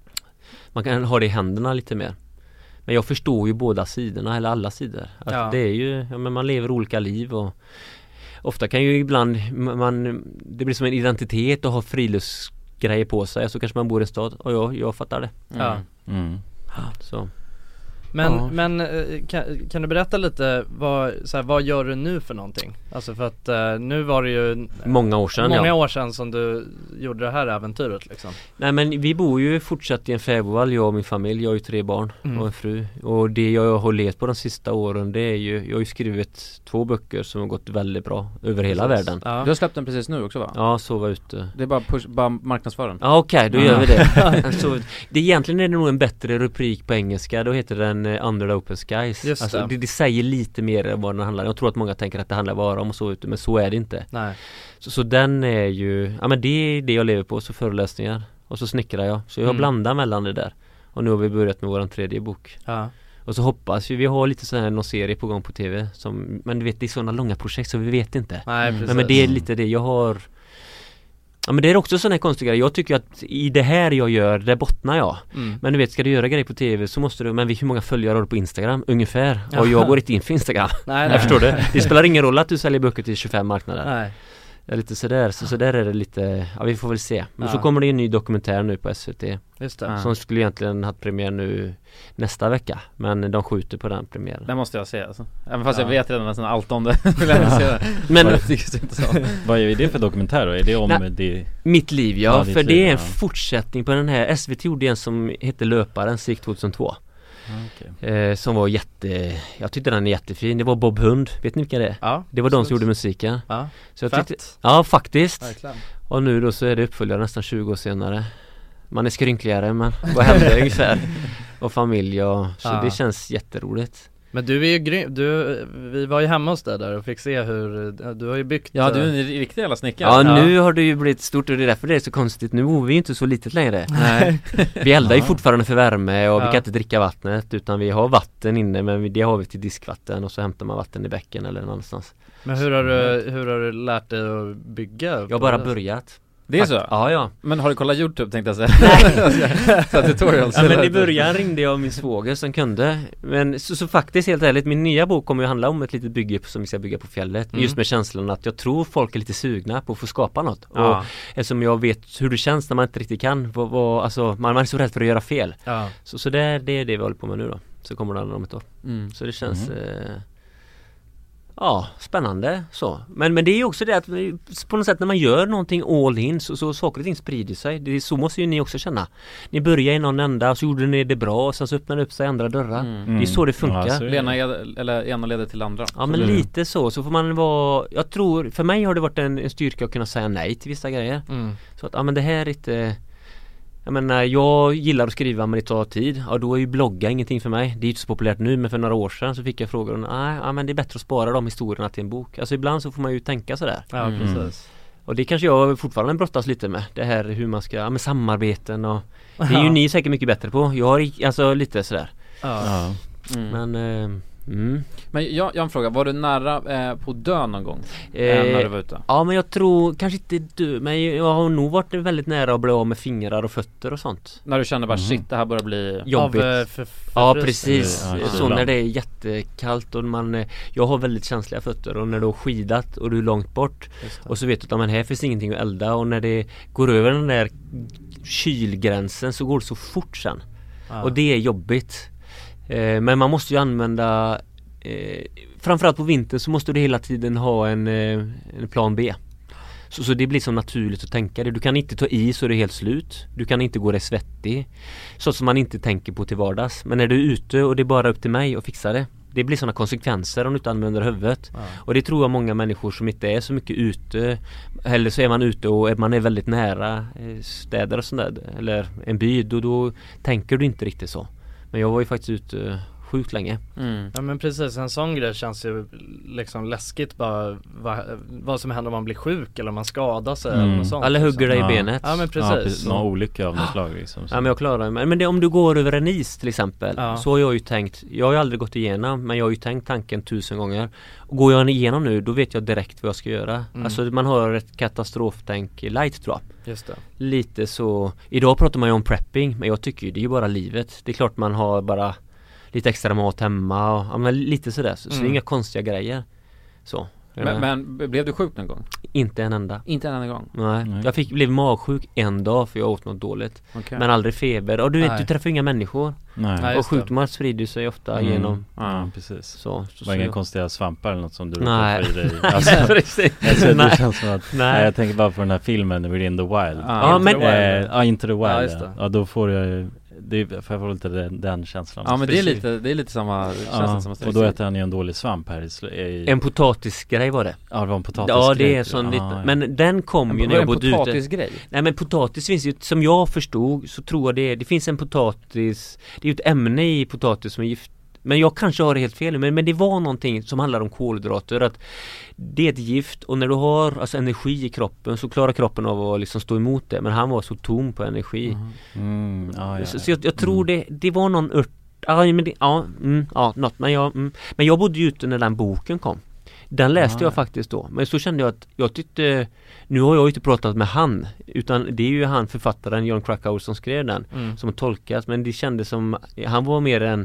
Man kan ha det i händerna lite mer. Men jag förstår ju båda sidorna, eller alla sidor. Att Ja. det är ju, ja, men man lever olika liv, och ofta kan ju ibland man, det blir som en identitet att ha friluftsgrejer på sig. Så kanske man bor i en stad, och jag, jag fattar det. Ja. Mm. Så. Men, Ja. men eh, kan, kan du berätta lite vad, så här, vad gör du nu för någonting? Alltså för att eh, nu var det ju Många år sedan, många ja. år sedan som du gjorde det här äventyret liksom. Nej men vi bor ju fortsatt i en fäbodvall, jag och min familj. Jag har ju tre barn Mm. och en fru. Och det jag har levt på de sista åren, det är ju, jag har ju skrivit två böcker som har gått väldigt bra över hela Precis. världen. Ja. Du har släppt den precis nu också va? Ja, sova ute. Det är bara, push, bara marknadsföra den. Ja okej, då gör vi det. Så, det egentligen är det nog en bättre rubrik på engelska. Då heter den uh, Under the Open Skies. Just alltså, det. det. Det säger lite mer än vad den handlar om. Jag tror att många tänker att det handlar bara om att sova ute, men så är det inte. Nej. Så, så den är ju, ja men det är det jag lever på, så föreläsningar. Och så snickrar jag. Så jag Mm. blandar mellan det där. Och nu har vi börjat med våran tredje bok. Ja. Och så hoppas vi, vi har lite så här någon serie på gång på tv som, men du vet det är sådana långa projekt så vi vet inte. Nej, Mm. precis. Men, men det är lite det jag har. Ja men det är också sådana här konstiga grejer. Jag tycker att i det här jag gör, där bottnar jag. Mm. Men du vet, ska du göra grejer på tv så måste du, men hur många följare har du på Instagram? Ungefär. Ja. Och jag går inte in för Instagram. Nej, nej. Jag förstår det. Det spelar ingen roll att du säljer böcker till tjugofem marknader. Nej. Det är lite sådär, så sådär är det lite, ja vi får väl se. Men Ja. så kommer det en ny dokumentär nu på S V T. Just det. Ja. Som skulle egentligen ha premiär nu nästa vecka. Men de skjuter på den premiären. Den måste jag se alltså. Även fast Ja. jag vet redan nästan allt om det. Vill jag se det. Men Jag tycker inte så. Vad är det för dokumentär då? Är det om Nej. det? mitt liv, ja, Ja, ditt för liv, det är en ja. fortsättning på den här. S V T gjorde en som hette Löparen, som gick tjugohundratvå. Okay. Eh, som var jätte, jag tyckte den är jättefin. Det var Bob Hund, vet ni vilka det är? Ja. Det var de som absolut. gjorde musiken. Ja. Så jag Fett. tyckte, ja faktiskt. Verkligen. Och nu då så är det uppföljare nästan tjugo år senare. Man är skrynkligare, men vad hände ungefär? Och familj och så Ja. det känns jätteroligt. Men du är ju grym, du, vi var ju hemma hos dig där och fick se hur, du har ju byggt. Ja, du är eh, en riktig jävla snickare. Ja, Ja. nu har det ju blivit stort och det är därför det är så konstigt. Nu bor vi ju inte så litet längre. Nej. Vi eldar ju Ja. fortfarande för värme och vi Ja. kan inte dricka vattnet, utan vi har vatten inne, men vi- det har vi till diskvatten och så hämtar man vatten i bäcken eller någon annanstans. Men hur har du, hur har du lärt dig att bygga? Jag har bara börjat. Det är så? Ja, ja. Men har du kollat YouTube tänkte jag säga? Så att tutorials. Ja, men i början ringde jag min svåger som kunde. Men så, så faktiskt helt ärligt, min nya bok kommer ju handla om ett litet bygge som vi ska bygga på fjället. Mm. Just med känslan att jag tror folk är lite sugna på att få skapa något. Ja. Och eftersom jag vet hur det känns när man inte riktigt kan. Vad, vad, alltså, man, man är så rädd för att göra fel. Ja. Så, så det, det är det vi håller på med nu då. så kommer den om ett år. Mm. Så det känns Mm. eh, ja, spännande så. Men, men det är ju också det att på något sätt när man gör någonting all in så, så saker och ting sprider sig. Det är, så måste ju ni också känna. Ni börjar i någon ända och så gjorde ni det bra och sen så öppnar det upp sig andra dörrar. Mm. Det är så det funkar. Ja, så är det. Ena, eller ena leder till andra. Ja, men Mm. lite så. Så får man vara, jag tror, för mig har det varit en, en styrka att kunna säga nej till vissa grejer. Mm. Så att, ja men det här är inte... Jag menar, jag gillar att skriva men det tar tid. Ja, då är ju blogga ingenting för mig. Det är inte så populärt nu, men för några år sedan så fick jag frågor om, nej, ja, men det är bättre att spara de historierna till en bok. Alltså ibland så får man ju tänka sådär. Ja, mm. precis. Och det kanske jag fortfarande brottas lite med. Det här hur man ska, ja men samarbeten och... Det är ju Ja. ni säkert mycket bättre på. Jag har alltså lite sådär. Ja. Ja. Mm. Men... Eh, mm. Men jag, jag har en fråga, var du nära eh, på att dö någon gång? Eh, Eh, när du var ute? Ja, men jag tror kanske inte du, men jag har nog varit väldigt nära att bli av med fingrar och fötter och sånt. När du kände bara shit, det här börjar bli Jobbigt. Av, eh, för- för ja, frust- precis. Ja, så kylan. när det är jättekallt och man, eh, jag har väldigt känsliga fötter och när du har skidat och du är långt bort och så vet du att men här finns ingenting att elda och när det går över den där kylgränsen så går det så fort sen. Ja. Och det är jobbigt. Eh, men man måste ju använda eh, framförallt på vintern så måste du hela tiden ha en, eh, en plan B. Så, så det blir så naturligt att tänka det. Du kan inte ta i så är det helt slut. Du kan inte gå dig svettig. Så som man inte tänker på till vardags. Men när du är ute och det är bara upp till mig att fixa det. Det blir sådana konsekvenser om du inte använder huvudet. Ja. Och det tror jag många människor som inte är så mycket ute. Eller så är man ute och man är väldigt nära eh, städer och sånt där. Eller en by. Då, då tänker du inte riktigt så. Men jag var ju faktiskt ute sjukt länge. Mm. Ja men precis, en sån grej känns ju liksom läskigt bara va, vad som händer om man blir sjuk eller om man skadar sig Mm. eller något sånt. Eller hugger dig i Ja. benet. Ja men precis. Ja, precis. Någon olycka av något slag liksom. Så. Ja, men jag klarar mig. Men det, om du går över en is till exempel. Ja. Så har jag ju tänkt. Jag har ju aldrig gått igenom. Men jag har ju tänkt tanken tusen gånger. Och går jag igenom nu, då vet jag direkt vad jag ska göra. Mm. Alltså man har ett katastroftänk light tror jag. Just det. Lite så. Idag pratar man ju om prepping. Men jag tycker ju det är ju bara livet. Det är klart man har bara lite extra mat hemma. Och, ja, men lite sådär. Så, så det är Mm. inga konstiga grejer. Så. Men, men blev du sjuk någon gång? Inte en enda. Inte en enda gång? Nej. Nej. Jag fick, blev magsjuk en dag för jag åt något dåligt. Okay. Men aldrig feber. Och du vet, Nej. du träffar inga människor. Nej. Nej. Och just det. sjukdomar sprider sig ofta Mm. genom Ja, precis. så. så, Det var så inga konstiga svampar eller något som du Nej. råkade få i dig. Alltså, Precis. alltså, det Nej. känns som att, nej. Nej. Jag tänker bara på den här filmen Within the Wild. Ja, Ja, Into men- the Wild. Eh, Ja, Into the Wild. Ja, Ja, just det. ja, då får jag det, för jag får lite den, den känslan. Ja men det är Precis. lite, det är lite samma, det känns Ja, som och då äter han ju en dålig svamp här i, sl- i En potatisgrej var det. Ja, det var en potatis. Ja, det är sån ah, lite. ja. Men den kom ju när jag en bodde ute. potatisgrej. Nej men potatis finns ju, som jag förstod så tror jag det är, det finns en potatis, det är ju ett ämne i potatis som är gift. Men jag kanske har det helt fel men, men det var någonting som handlar om kolhydrater, att det är ett gift och när du har alltså energi i kroppen så klarar kroppen av att liksom stå emot det, men han var så tom på energi. Mm, ja, ja, Så, ja. så jag, jag tror det, det var någon ört, ja men det, ja, mm, ja något, men jag, mm. men jag bodde ju ute när den boken kom. Den läste Ah, jag faktiskt då. Men så kände jag att jag tyckte, nu har jag ju inte pratat med han, utan det är ju han författaren Jon Krakauer som skrev den, Mm. som har tolkat, men det kändes som, han var mer en,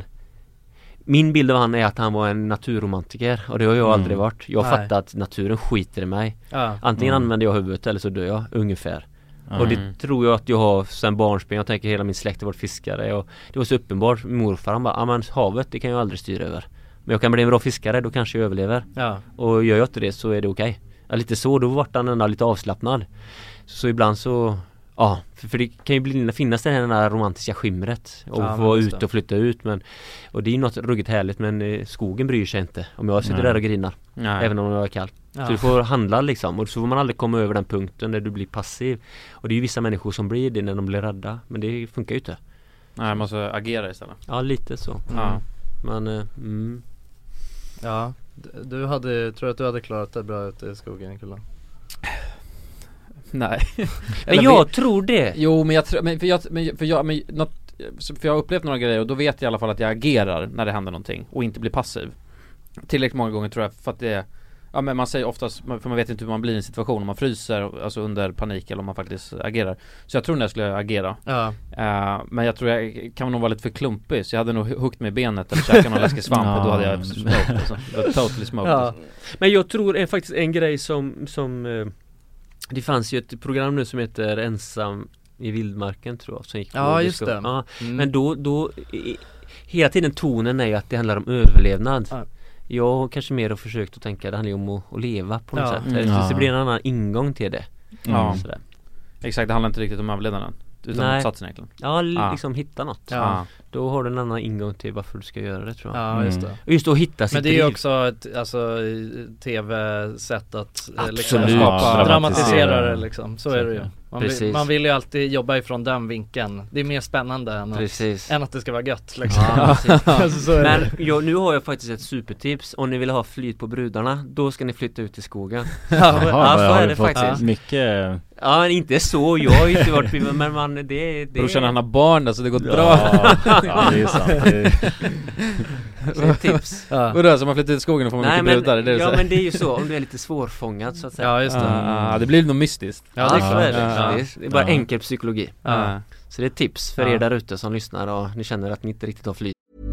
min bild av han är att han var en naturromantiker och det har jag Mm. aldrig varit. Jag Nej. fattar att naturen skiter i mig. Ja. Antingen Mm. använder jag huvudet eller så dör jag, ungefär. Ja. Och det tror jag att jag har sen barnsben. Jag tänker hela min släkt har varit fiskare och det var så uppenbart. Morfar han bara, ja men havet det kan jag aldrig styra över. Men jag kan bli en bra fiskare, då kanske jag överlever. Ja. Och gör jag inte det så är det okej. Ja, lite så, då vart han ändå lite avslappnad. Så, så ibland så, ja, för, för det kan ju bli, finnas det här, här romantiska skimret och Ja, men få just ut det. och flytta ut. Men, och det är ju något ruggigt härligt, men eh, skogen bryr sig inte om jag sitter Nej. där och grinar. Nej. Även om det är kallt. Ja. Så du får handla liksom, och så får man aldrig komma över den punkten där du blir passiv. Och det är ju vissa människor som blir det när de blir rädda. Men det funkar ju inte. Nej, jag måste agera istället. Ja, lite så. Ja. Men, eh, mm. Ja. D- Du hade, tror att du hade klarat det bra ute i skogen i kullen? Nej. Men Eller jag vi- tror det. Jo men jag tror, men för jag, men för jag, men något, för jag har upplevt några grejer och då vet jag i alla fall att jag agerar när det händer någonting och inte blir passiv. Tillräckligt många gånger tror jag för att det är, ja men man säger oftast, för man vet inte hur man blir i en situation om man fryser, alltså under panik eller om man faktiskt agerar. Så jag tror när jag skulle agera. Ja. Uh, men jag tror jag kan nog vara lite för klumpig, så jag hade nog huggit med benet eller käkat någon läskig svamp och då hade jag smoked alltså. Totally smoked Ja. alltså. Men jag tror är faktiskt en grej som, som eh, det fanns ju ett program nu som heter Ensam i vildmarken tror jag som gick på Ja, just Discovery. det. Ja, Mm. men då, då i, hela tiden tonen är ju att det handlar om överlevnad. Ja. Jag kanske mer har försökt att tänka det handlar ju om att, att leva på något Ja. sätt. Mm. Så Ja. det blir en annan ingång till det. Ja. Mm. Sådär. Exakt, det handlar inte riktigt om överlevnaden utan Nej. motsatsen egentligen. Ja, l- Ja. liksom hitta något. Ja. Då har du en annan ingång till varför du ska göra det, tror jag. Ja, just det. Och just att hitta sitt Men det är ju driv. också ett alltså, tv-sätt att eh, liksom, Absolut. skapa, Ja, dramatisera det liksom. Så Så är det ju. Man vill, Precis. man vill ju alltid jobba ifrån den vinkeln. Det är mer spännande än att, Precis. än att det ska vara gött liksom. Ja, Alltså, så är men det. jag, nu har jag faktiskt ett supertips. Om ni vill ha flyt på brudarna, då ska ni flytta ut i skogen. Jaha, Ja, så har är du det fått faktiskt. mycket... Ja, inte så. Jag har ju inte varit, men man, det, det Brorsan, han har barn där, så det går Ja, bra. ja, det är sant. Det är... Så ett tips. Ja. Och då, så man flyttar ut i skogen och får man Nej, mycket men, brudar, är det ja, så här? men det är ju så. Om du är lite svårfångad, så att säga. Ja, just det. Ja, ja, det blir nog mystiskt. Ja, det är Ja, så är det. ja. Det är, det är bara Ja. enkel psykologi. Ja. Så det är ett tips för Ja. er där ute som lyssnar och ni känner att ni inte riktigt har flyt.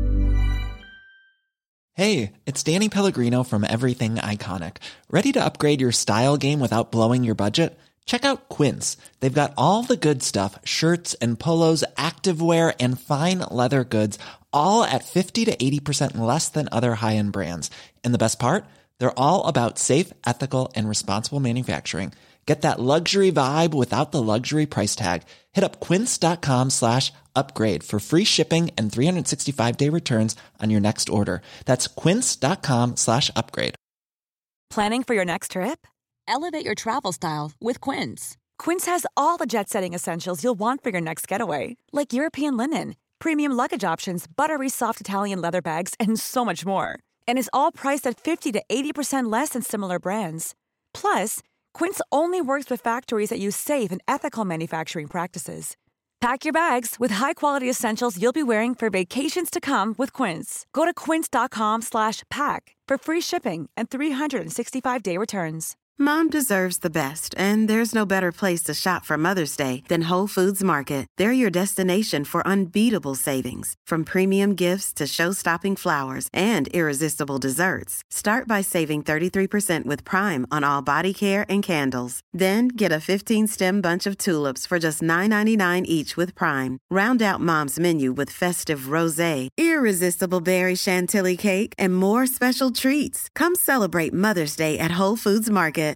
Hey, it's Danny Pellegrino from Everything Iconic. Ready to upgrade your style game without blowing your budget? Check out Quince. They've got all the good stuff, shirts and polos, activewear, and fine leather goods, all at fifty to eighty percent less than other high-end brands. And the best part? They're all about safe, ethical, and responsible manufacturing. Get that luxury vibe without the luxury price tag. Hit up quince.com slash upgrade for free shipping and three sixty-five day returns on your next order. That's quince.com slash upgrade. Planning for your next trip? Elevate your travel style with Quince. Quince has all the jet-setting essentials you'll want for your next getaway, like European linen, premium luggage options, buttery soft Italian leather bags, and so much more. And is all priced at fifty to eighty percent less than similar brands. Plus, Quince only works with factories that use safe and ethical manufacturing practices. Pack your bags with high-quality essentials you'll be wearing for vacations to come with Quince. Go to quince.com slash pack for free shipping and three sixty-five day returns. Mom deserves the best, and there's no better place to shop for Mother's Day than Whole Foods Market. They're your destination for unbeatable savings, from premium gifts to show-stopping flowers and irresistible desserts. Start by saving thirty-three percent with Prime on all body care and candles. Then get a fifteen-stem bunch of tulips for just nine ninety-nine each with Prime. Round out Mom's menu with festive rosé, irresistible berry chantilly cake, and more special treats. Come celebrate Mother's Day at Whole Foods Market.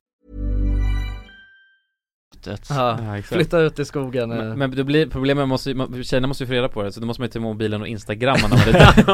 Ja, Ja, exakt. flytta ut i skogen. eh. Men, men det blir problemet, måste, man, tjejerna måste ju få reda på det, så då måste man ju ta mobilen och instagramma när man är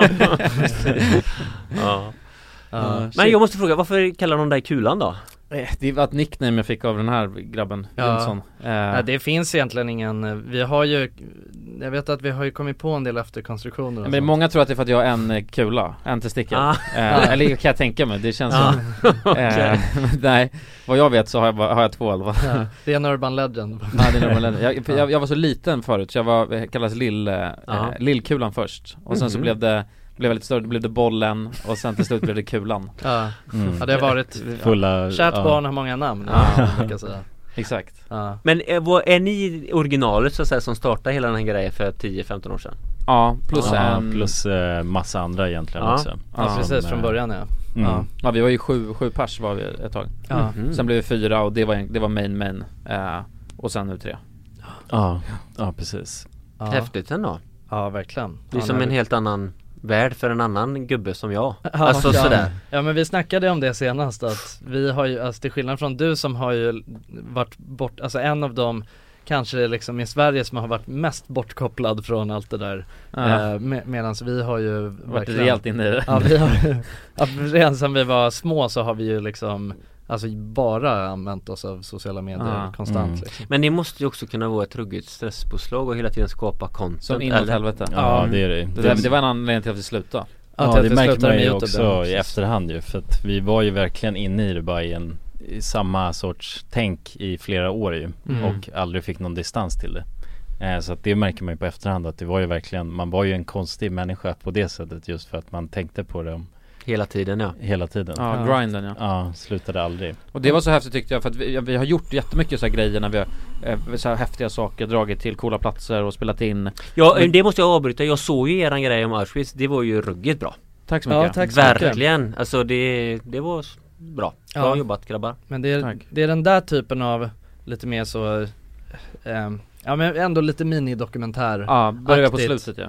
där. Ja. Ja, Men shit. jag måste fråga, varför kallar de dig Kulan då? Eh, Det var ett nickname jag fick av den här grabben, Ja. Jonsson. Eh, Nej, det finns egentligen ingen, vi har ju, jag vet att vi har ju kommit på en del efterkonstruktioner och Men sånt. många tror att det är för att jag har en eh, kula, en testikel. Ah. Eh, eller kan jag tänka mig, det känns Ah. som eh, Nej, vad jag vet så har jag, bara- har jag två i alla fall. Ja, det är en urban legend. Ja, det är normal legend. jag, för jag, jag var så liten förut, så jag var, jag kallades lill, eh, Ja. lillkulan först. Och sen så Mhm. blev det blev jag lite större, då blev det bollen och sen till slut blev det kulan. Ja, Mm. ja det har varit Fulla... kärt ja. barn har många namn. Ja. Ja, man kan säga. Exakt. Ja. Men är, vad, är ni originalet så att säga som startade hela den här grejen för tio femton år sedan? Ja, plus Ja, en plus eh, massa andra egentligen Ja. också. Ja, Som, precis eh, från början ja. Mm. Ja. Ja, vi var ju sju, sju pers var vi ett tag. Ja. Mhm. Sen blev vi fyra och det var, en- det var main main eh, och sen nu tre. Ja, ja precis. Ja. Häftigt ändå. Ja, verkligen. Det är Ja, som nej, en vi- helt annan värld för en annan gubbe som jag. Ja, Alltså ja. sådär. Ja, men vi snackade om det senast, att vi har ju, alltså till skillnad från du som har ju varit bort, alltså en av dem kanske liksom i Sverige som har varit mest bortkopplad från allt det där. Ja. eh, med, medans vi har ju Varit rejält inne i det. Ja, vi har ja, redan sedan vi var små så har vi ju liksom alltså bara använt oss av sociala medier Ja. konstant Mm. liksom. Men det måste ju också kunna vara ett ruggigt stresspåslag och hela tiden skapa content. Som inåt eller? helvete. Ja, det är det. Det, där, det var en anledning till att vi slutade. Ja, till det att vi märker slutade man med ju YouTube, också ja, i precis. efterhand ju, för att vi var ju verkligen inne i det bara i en i samma sorts tänk i flera år ju, Mm. och aldrig fick någon distans till det. Eh, så att det märker man ju på efterhand, att det var ju verkligen, man var ju en konstig människa på det sättet, just för att man tänkte på det om, Hela tiden, ja. hela tiden. Ja, Ja. grinden ja. Ja, slutade aldrig. Och det var så häftigt tyckte jag, för att vi, vi har gjort jättemycket så här grejer när vi har eh, så här häftiga saker, dragit till coola platser och spelat in. Ja, Men- det måste jag avbryta. Jag såg ju eran grej om Auschwitz. Det var ju ruggigt bra. Tack så Ja, mycket. tack så mycket. Verkligen. Alltså det, det var s- bra. Bra Ja. jobbat grabbar. Men det är, Tack. det är den där typen av lite mer så eh, ja men ändå lite minidokumentär. Ja, börjar på Aktigt. slutet ja.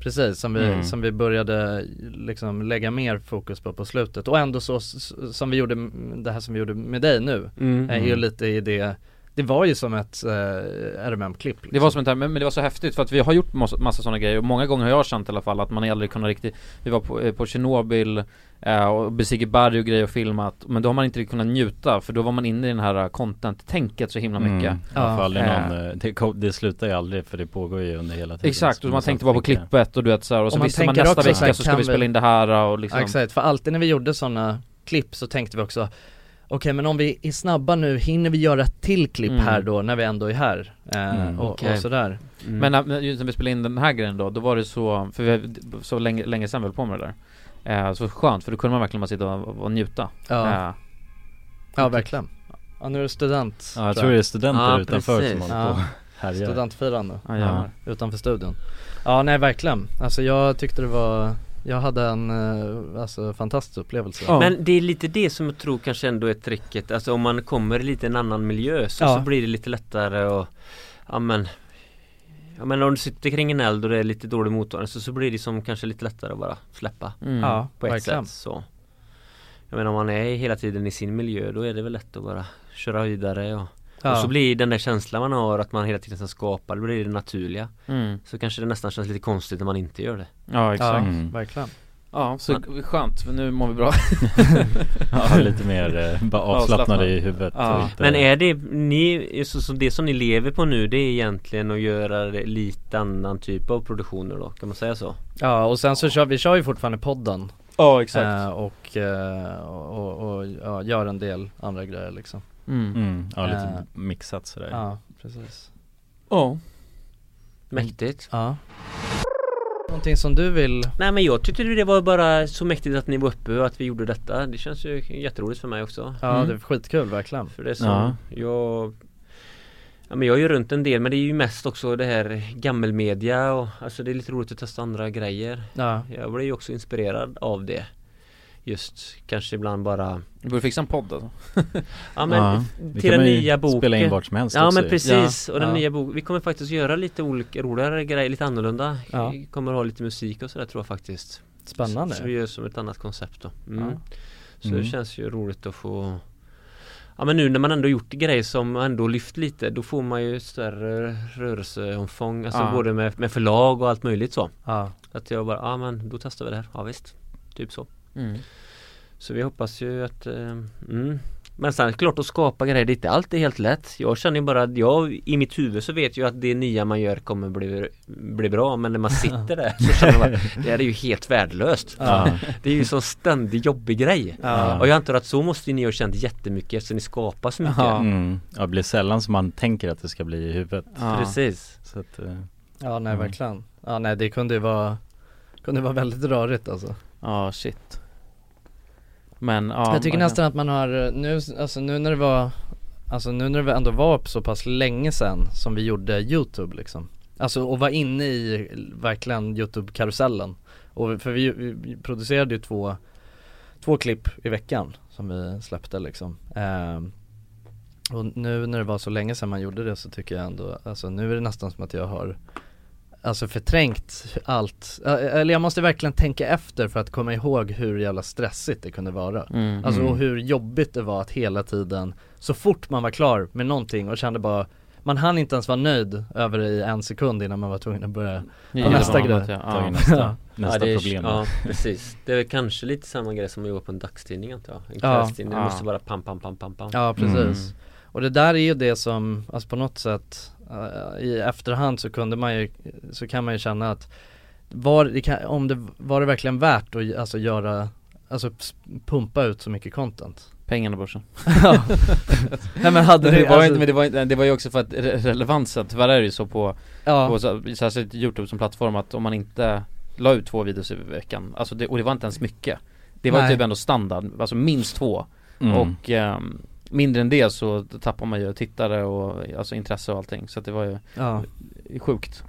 precis, som vi, Mm. som vi började liksom lägga mer fokus på på slutet. Och ändå så s- som vi gjorde, det här som vi gjorde med dig nu, Mm. är ju lite i det. Det var ju som ett eh, R M M-klipp liksom. Det var som ett, men, men det var så häftigt för att vi har gjort massa, massa sådana grejer och många gånger har jag känt i alla fall att man aldrig kunnat riktigt. Vi var på, eh, på Chernobyl eh, och besegit berg och grejer och filmat, men då har man inte riktigt kunnat njuta för då var man inne i den här content-tänket så himla mycket. Mm. I alla fall Ja. någon, eh, det, ko- det slutar ju aldrig för det pågår ju under hela tiden. Exakt, Så och man så tänkte bara på tänker- klippet och du vet så här, och så Och man visste man tänker nästa också så här, vecka så ska kan vi vi- spela in det här och liksom. Ja, exakt, för alltid när vi gjorde sådana klipp så tänkte vi också okej, men om vi är snabba nu, hinner vi göra ett till klipp Mm. här då när vi ändå är här eh, Mm. och, Okej. och sådär. Mm. Men när, när just när vi spelade in den här grejen då, då var det så, för vi så länge, länge sedan vi höll på med det där. Eh, så skönt, för då kunde man verkligen bara sitta och, och njuta. Ja. Eh, Ja, verkligen. Ja, nu är det student. Ja, jag tror det är studenter Ja, utanför precis. som håller på Ja. härjar. Studentfirande. Ja, jävlar. Utanför studion. Ja, nej, verkligen. Alltså jag tyckte det var, jag hade en eh, alltså, fantastisk upplevelse. Ja. Men det är lite det som jag tror kanske ändå är tricket. Alltså om man kommer i lite en annan miljö så, Ja. så blir det lite lättare och ja men Ja men om du sitter kring en eld och det är lite dålig mottagning så, så blir det som kanske lite lättare att bara släppa Mm. Ja, på ett verkligen. sätt så. Jag menar om man är hela tiden i sin miljö då är det väl lätt att bara köra vidare och, Ja. och så blir den där känslan man har att man hela tiden ska skapa, det blir det naturliga. Mm. Så kanske det nästan känns lite konstigt när man inte gör det. Ja, exakt. Ja, Mm. verkligen. Ja, så skönt, för nu mår vi bra. Ja, lite mer eh, bara avslappnade Avslappnad. i huvudet. Ja. och inte- Men är det ni, så, så det som ni lever på nu det är egentligen att göra det lite annan typ av produktioner då, kan man säga så? Ja, och sen så kör vi kör ju fortfarande podden. Ja, exakt. Eh, och, eh, och, och, och ja, gör en del andra grejer liksom. Mm. Mm, ja, lite Eh, mixat sådär. Ja, precis. Ja. Mäktigt. Ja. Någonting som du vill? Nej men jag tyckte det var bara så mäktigt att ni var uppe och att vi gjorde detta. Det känns ju jätteroligt för mig också. Ja, Mm. det är skitkul verkligen. För det är så, Ja. jag Ja men jag är ju runt en del, men det är ju mest också det här gammelmedia och alltså det är lite roligt att testa andra grejer. Ja. Jag blir ju också inspirerad av det. Just kanske ibland bara Du borde fixa en podd alltså. Ja men Ja, det till kan den man ju nya boken. spela in vart som helst Ja också. men precis, Ja, och den ja. nya boken. Vi kommer faktiskt göra lite olika roligare grejer, lite annorlunda. Ja. Vi kommer ha lite musik och sådär tror jag faktiskt. Spännande. Så vi gör som ett annat koncept då. Mm. Ja. Så Mm. det känns ju roligt att få. Ja men nu när man ändå gjort grejer som ändå lyft lite, då får man ju större rörelseomfång, alltså Ja. både med, med förlag och allt möjligt så. Ja. Att jag bara, ja men då testar vi det här, ja visst. Typ så. Mm. Så vi hoppas ju att eh, mm. Men sen klart att skapa grejer, det är inte alltid helt lätt. Jag känner ju bara att jag i mitt huvud så vet jag att det nya man gör kommer bli, bli bra. Men när man sitter där så känner man att det här är ju helt värdelöst. Ja. Det är ju så ständig jobbig grej. Ja. Och jag antar att så måste ni ha känt jättemycket eftersom ni skapar så mycket. Ja. Mm. Ja, det blir sällan som man tänker att det ska bli i huvudet. Ja. Precis. Så att, eh, Ja, nej, Mm. verkligen. Ja, nej, det kunde ju vara kunde vara väldigt rörigt alltså. Ja, shit. Men ja, Jag tycker man- nästan att man har nu, alltså nu när det var Alltså nu när det ändå var så pass länge sedan som vi gjorde YouTube liksom. Alltså och var inne i verkligen YouTube-karusellen. Och för vi, vi producerade ju två Två klipp i veckan som vi släppte liksom. Ehm, och nu när det var så länge sedan man gjorde det så tycker jag ändå, alltså nu är det nästan som att jag har Alltså förträngt allt. Eller jag måste verkligen tänka efter för att komma ihåg hur jävla stressigt det kunde vara. Mm. Alltså Mm. och hur jobbigt det var att hela tiden, så fort man var klar med någonting och kände bara, man hann inte ens vara nöjd över det i en sekund innan man var tvungen att börja Ja, på nästa det var grej. annat, ja. ta Ja. in nästa, Ja. nästa ja, det är, problem. Ja, precis. Det är väl kanske lite samma grej som att jobba på en dagstidning antar jag. En Ja. kvällstidning, det Ja. måste bara pam, pam, pam, pam, pam. Ja, precis. Mm. Och det där är ju det som, alltså på något sätt uh, i efterhand så kunde man ju, så kan man ju känna att var det kan, om det var det verkligen värt att alltså göra, alltså s- pumpa ut så mycket content. Pengarna börsen. Ja. Nej men hade det, det, var alltså, inte, men det var, inte- det var ju också för att re- relevansen, tyvärr är det ju så på, ja, på så, särskilt YouTube som plattform att om man inte la ut två videos i veckan, alltså det, och det var inte ens mycket. Det var Nej. typ ändå standard, alltså minst två. Mm. Och ehm, mindre än det så tappar man ju tittare och alltså intresse och allting. Så att det var ju ja. sjukt.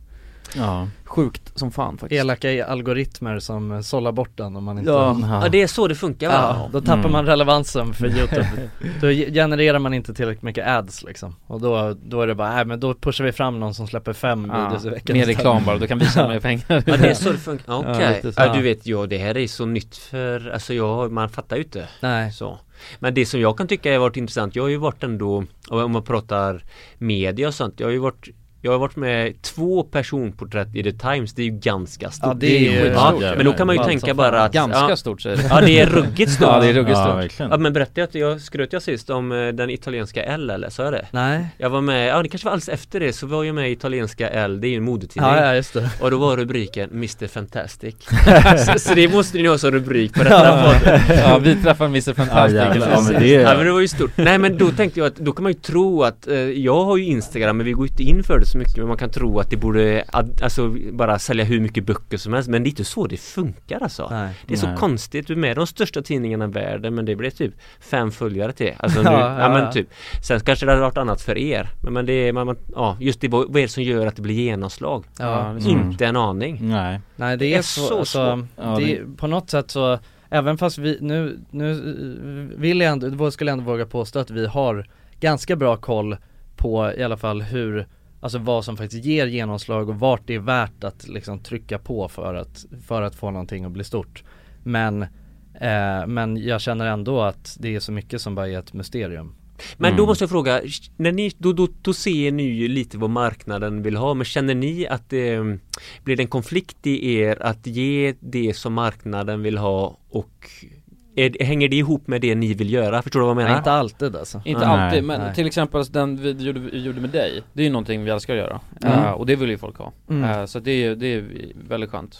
Ja. Sjukt som fan faktiskt. Elaka algoritmer som sållar bort den om man inte... Ja, ja det är så det funkar va? Ja, då tappar mm. man relevansen för YouTube. Då genererar man inte tillräckligt mycket ads liksom. Och då, då är det bara, nej men då pushar vi fram någon som släpper fem ja, videos i veckan. Mer reklam bara, då kan vi tjäna mer pengar. Ja det är så det funkar, okej okay. ja, ja, du vet, ja det här är så nytt för, alltså jag, man fattar ju inte. Nej. Så. Men det som jag kan tycka har varit intressant, jag har ju varit ändå, om man pratar media och sånt, jag har ju varit Jag har varit med två personporträtt i The Times. Det är ju ganska stort. Ja, det är ju ja, stort. Men då kan man ju tänka bara att ganska ja, stort säger ja, det är ruggigt stort. Ja, det är ruggigt ja, stort. Ja, men berättade jag att jag skröt jag sist om uh, den italienska L eller så är det? Nej. Jag var med, ja det kanske var alldeles efter det, så var jag med i italienska L, det är ju en modetidning. Ja, ja, just det. Och då var rubriken mister Fantastic. så, så det måste ni ha som rubrik på detta. Ja, vi träffar mister Fantastic. Ja, ja, men det, ja, men det var ju stort. Nej, men då tänkte jag att då kan man ju tro att uh, jag har ju Instagram, men vi går inte in för det så mycket, men man kan tro att det borde ad, alltså bara sälja hur mycket böcker som helst, men det är inte så det funkar alltså. Nej. Det är så Nej. konstigt, du är med de största tidningarna i världen, men det blir typ fem följare till. Alltså nu, ja, ja, ja, men ja. typ. Sen kanske det hade varit annat för er. Men, men det är man, man, ja, just det, vad är det som gör att det blir genomslag? Ja, mm. Inte en aning. Nej. Nej, det är, det är så, så alltså, ja, det är, på något sätt så, även fast vi nu, nu vill jag ändå, skulle jag ändå våga påstå att vi har ganska bra koll på i alla fall hur, alltså vad som faktiskt ger genomslag och vart det är värt att liksom trycka på för att, för att få någonting att bli stort. Men, eh, men jag känner ändå att det är så mycket som bara är ett mysterium. Men Mm. då måste jag fråga, när ni, då, då, då ser ni ju lite vad marknaden vill ha, men känner ni att det blir det en konflikt i er att ge det som marknaden vill ha och är, hänger det ihop med det ni vill göra? Förstår du vad jag menar? Nej, inte alltid alltså. Inte Nej. alltid, men Nej. till exempel den vi gjorde, vi gjorde med dig. Det är ju någonting vi älskar att göra. Mm. Uh, och det vill ju folk ha. Mm. Uh, så det är, det är väldigt skönt.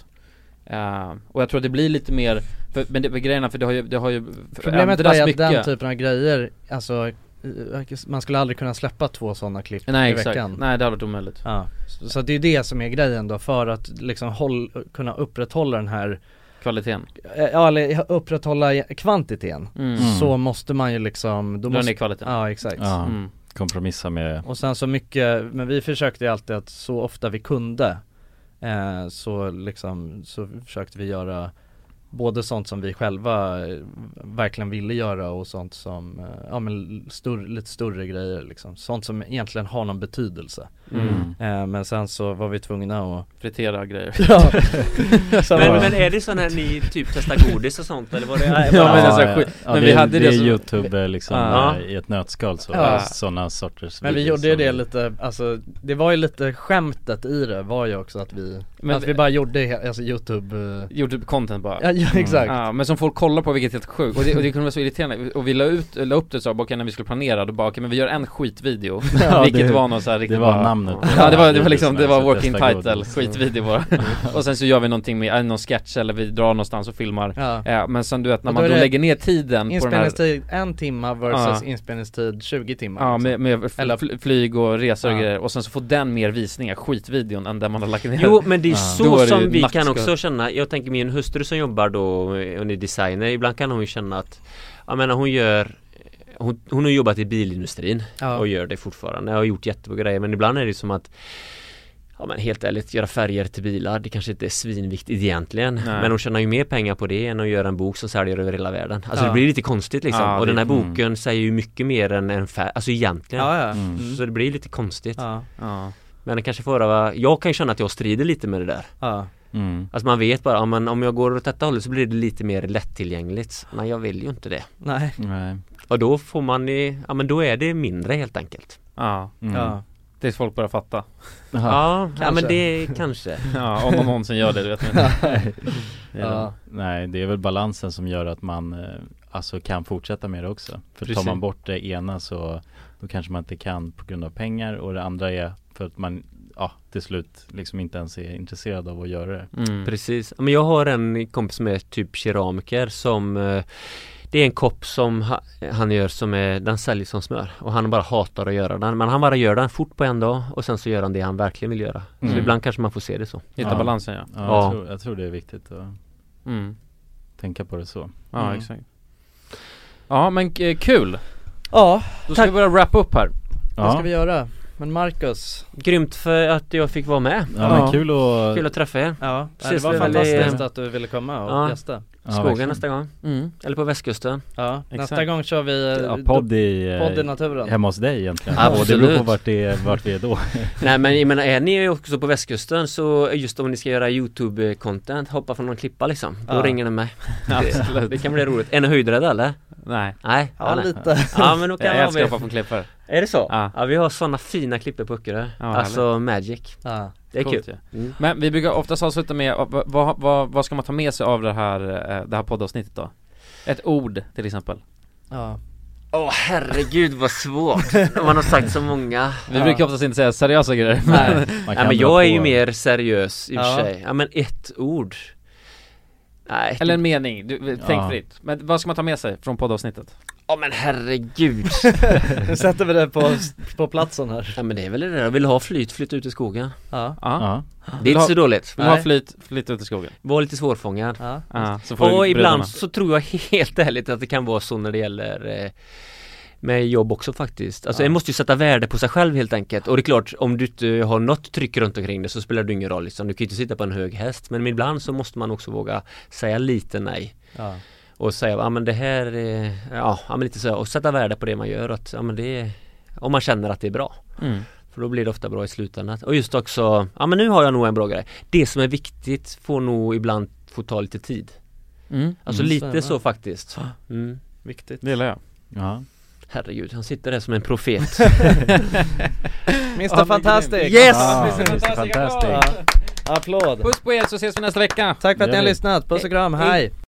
Uh, och jag tror att det blir lite mer för, men det, grejerna, för det har ju, det har ju Problemet är att mycket. den typen av grejer, alltså man skulle aldrig kunna släppa två sådana klipp Nej, i exakt. veckan. Nej, det hade varit omöjligt. Ja. Så, så det är det som är grejen då, för att liksom håll, kunna upprätthålla den här kvaliteten. Ja, eller upprätthålla kvantiteten. Mm. Så måste man ju liksom då måste, ner kvaliteten. Ja, exakt. Ja, mm. kompromissa med. Och sen så mycket, men vi försökte ju alltid att så ofta vi kunde eh, så liksom, så försökte vi göra både sånt som vi själva eh, verkligen ville göra och sånt som, eh, ja men stor, lite större grejer liksom. Sånt som egentligen har någon betydelse. Mm. Eh, men sen så var vi tvungna att fritera grejer. Ja. men, men är det så när ni typ testar godis och sånt eller var det? Ja, ja, men, ja, alltså, ja, skit. ja, men det, vi hade det det är som YouTube liksom ja. i ett nötskal så Ja. sådana sorters. Men vi gjorde ju det lite, alltså det var ju lite skämtet i det var ju också att vi men att vi, vi bara gjorde alltså YouTube uh... YouTube content bara. Ja, ja exakt. Mm. Ja, men som folk kollar på, vilket är helt sjukt. Och det, och det kunde vara så irriterande. Och vi la, ut, la upp det så bara när vi skulle planera, då bara, okay, men vi gör en skitvideo. Ja, vilket det, var något så här riktigt. Det var bara, namnet. Ja, det var, det var liksom, det var working title, godis. skitvideo bara. Och sen så gör vi någonting med, någon sketch eller vi drar någonstans och filmar. Ja. Ja, men sen du vet, när och man då, då det lägger ner tiden på den här... Inspelningstid en timma versus ja. inspelningstid tjugo timmar. Ja, liksom. med, med fl- fl- flyg och resor ja. och grejer. Och sen så får den mer visningar, skitvideon, än den man har lagt ner. Jo, men det är ja. så är som vi nackskott. kan också känna. Jag tänker min hustru som jobbar då och är designer, ibland kan hon ju känna att jag menar hon gör hon, hon har jobbat i bilindustrin ja. och gör det fortfarande. Jag har gjort jättebra grejer, men ibland är det som att ja men helt ärligt, göra färger till bilar, det kanske inte är svinviktigt egentligen. Nej. Men hon tjänar ju mer pengar på det än att göra en bok som säljer över hela världen. Alltså ja. det blir lite konstigt liksom. Ja, och det, den här mm. boken säger ju mycket mer än en färg, alltså egentligen. Ja, ja. Mm. Så det blir lite konstigt. Ja. Ja. Men det kanske får vara, jag kan ju känna att jag strider lite med det där. Ja. Mm. Alltså man vet bara, men om jag går åt detta hållet så blir det lite mer lättillgängligt. Men jag vill ju inte det. Nej. Nej. Och då får man i, ja men då är det mindre helt enkelt. Ja. Mm. Ja. Tills folk börjar fatta. Ja, ja men det kanske. Ja, om någon någonsin gör det, du vet inte. Ja. Nej, det är väl balansen som gör att man eh, alltså kan fortsätta med det också. För Precis. tar man bort det ena så då kanske man inte kan på grund av pengar, och det andra är för att man ja, till slut liksom inte ens är intresserad av att göra det. Mm. Precis. Men jag har en kompis som är typ keramiker som eh, det är en kopp som ha, han gör som är, den säljer som smör. Och han bara hatar att göra den. Men han bara gör den fort på en dag. Och sen så gör han det han verkligen vill göra. Mm. Så ibland kanske man får se det så. Hitta ja. balansen, ja. Ja, ja. Jag, tror, jag tror det är viktigt att mm. tänka på det så. Ja, Mm. exakt. Ja, men k- kul. Ja, Då ska tack. vi börja wrap upp här. Vad ska vi göra? men Marcus, grymt för att jag fick vara med. Ja, men kul att... Kul att träffa er. Ja, det Ses var vi väl fantastiskt i- att du ville komma och Ja. gästa. Ja, Skogen verkligen. nästa gång. Mm. Eller på västkusten. Ja, Exakt. nästa gång kör vi eh, Ja, podd i, eh, podd i naturen. hemma hos dig egentligen. Ja, Och det beror på absolut. vart, det är, vart vi är då. Nej, men jag menar, är ni också på västkusten så just om ni ska göra YouTube-content, hoppa från någon klippa liksom. Då Ja. ringer ni mig. Absolut. Det, det kan bli roligt. Är ni höjdrädda eller? Nej. Nej. Ja, nej. lite. Ja, men då kan Jag jag älskar att hoppa från klippor. Är det så? Ja. Ja, vi har sådana fina klippor på Öckerö. Ja, Alltså magic. Ja. Det är Coolt, kul. ja. Mm. Men vi brukar oftast avsluta med vad, vad, vad, vad ska man ta med sig av det här, eh, det här poddavsnittet då? Ett ord till exempel. Ja. Åh oh, herregud vad svårt. Man har sagt så många. Vi brukar oftast inte säga seriösa grejer. Nej, Man Nej kan men dra jag är på- ju mer seriös i och Ja. för sig. Ja men ett ord. Nej. Eller en mening, du, tänk Ja. fritt. Men vad ska man ta med sig från poddavsnittet? Ja men herregud. Nu sätter vi det på, på platsen här. Ja men det är väl det där. Vill ha flyt, flytta ut i skogen. Ja. Ja. Ja. Det är inte ha- så dåligt. Vill du ha Nej. flyt, flyt ut i skogen? Var lite svårfångad. Ja. Ja, så får du Och bröderna. ibland så tror jag helt ärligt att det kan vara så när det gäller eh, med jobb också faktiskt. Alltså Ja. jag måste ju sätta värde på sig själv helt enkelt. Och det är klart, om du inte har något tryck runt omkring det så spelar det ingen roll liksom. Du kan ju inte sitta på en hög häst. Men ibland så måste man också våga säga lite nej. Ja. Och säga, ja men det här är, ja, ja men lite så, och sätta värde på det man gör. Att, ja men det är, om man känner att det är bra. Mm. För då blir det ofta bra i slutändan. Och just också, ja men nu har jag nog en bra grej. Det som är viktigt får nog ibland få ta lite tid. Mm. Alltså Mm. lite så faktiskt. Mm. Viktigt. Det gillar jag. Ja. Herregud, han sitter där som en profet. mister Fantastic. Yes! Ah, mister mister Fantastic. Fantastic. Ja. Applåd. Puss på er så ses vi nästa vecka. Tack för att Det ni har gör vi. lyssnat. Puss och kram. Hej.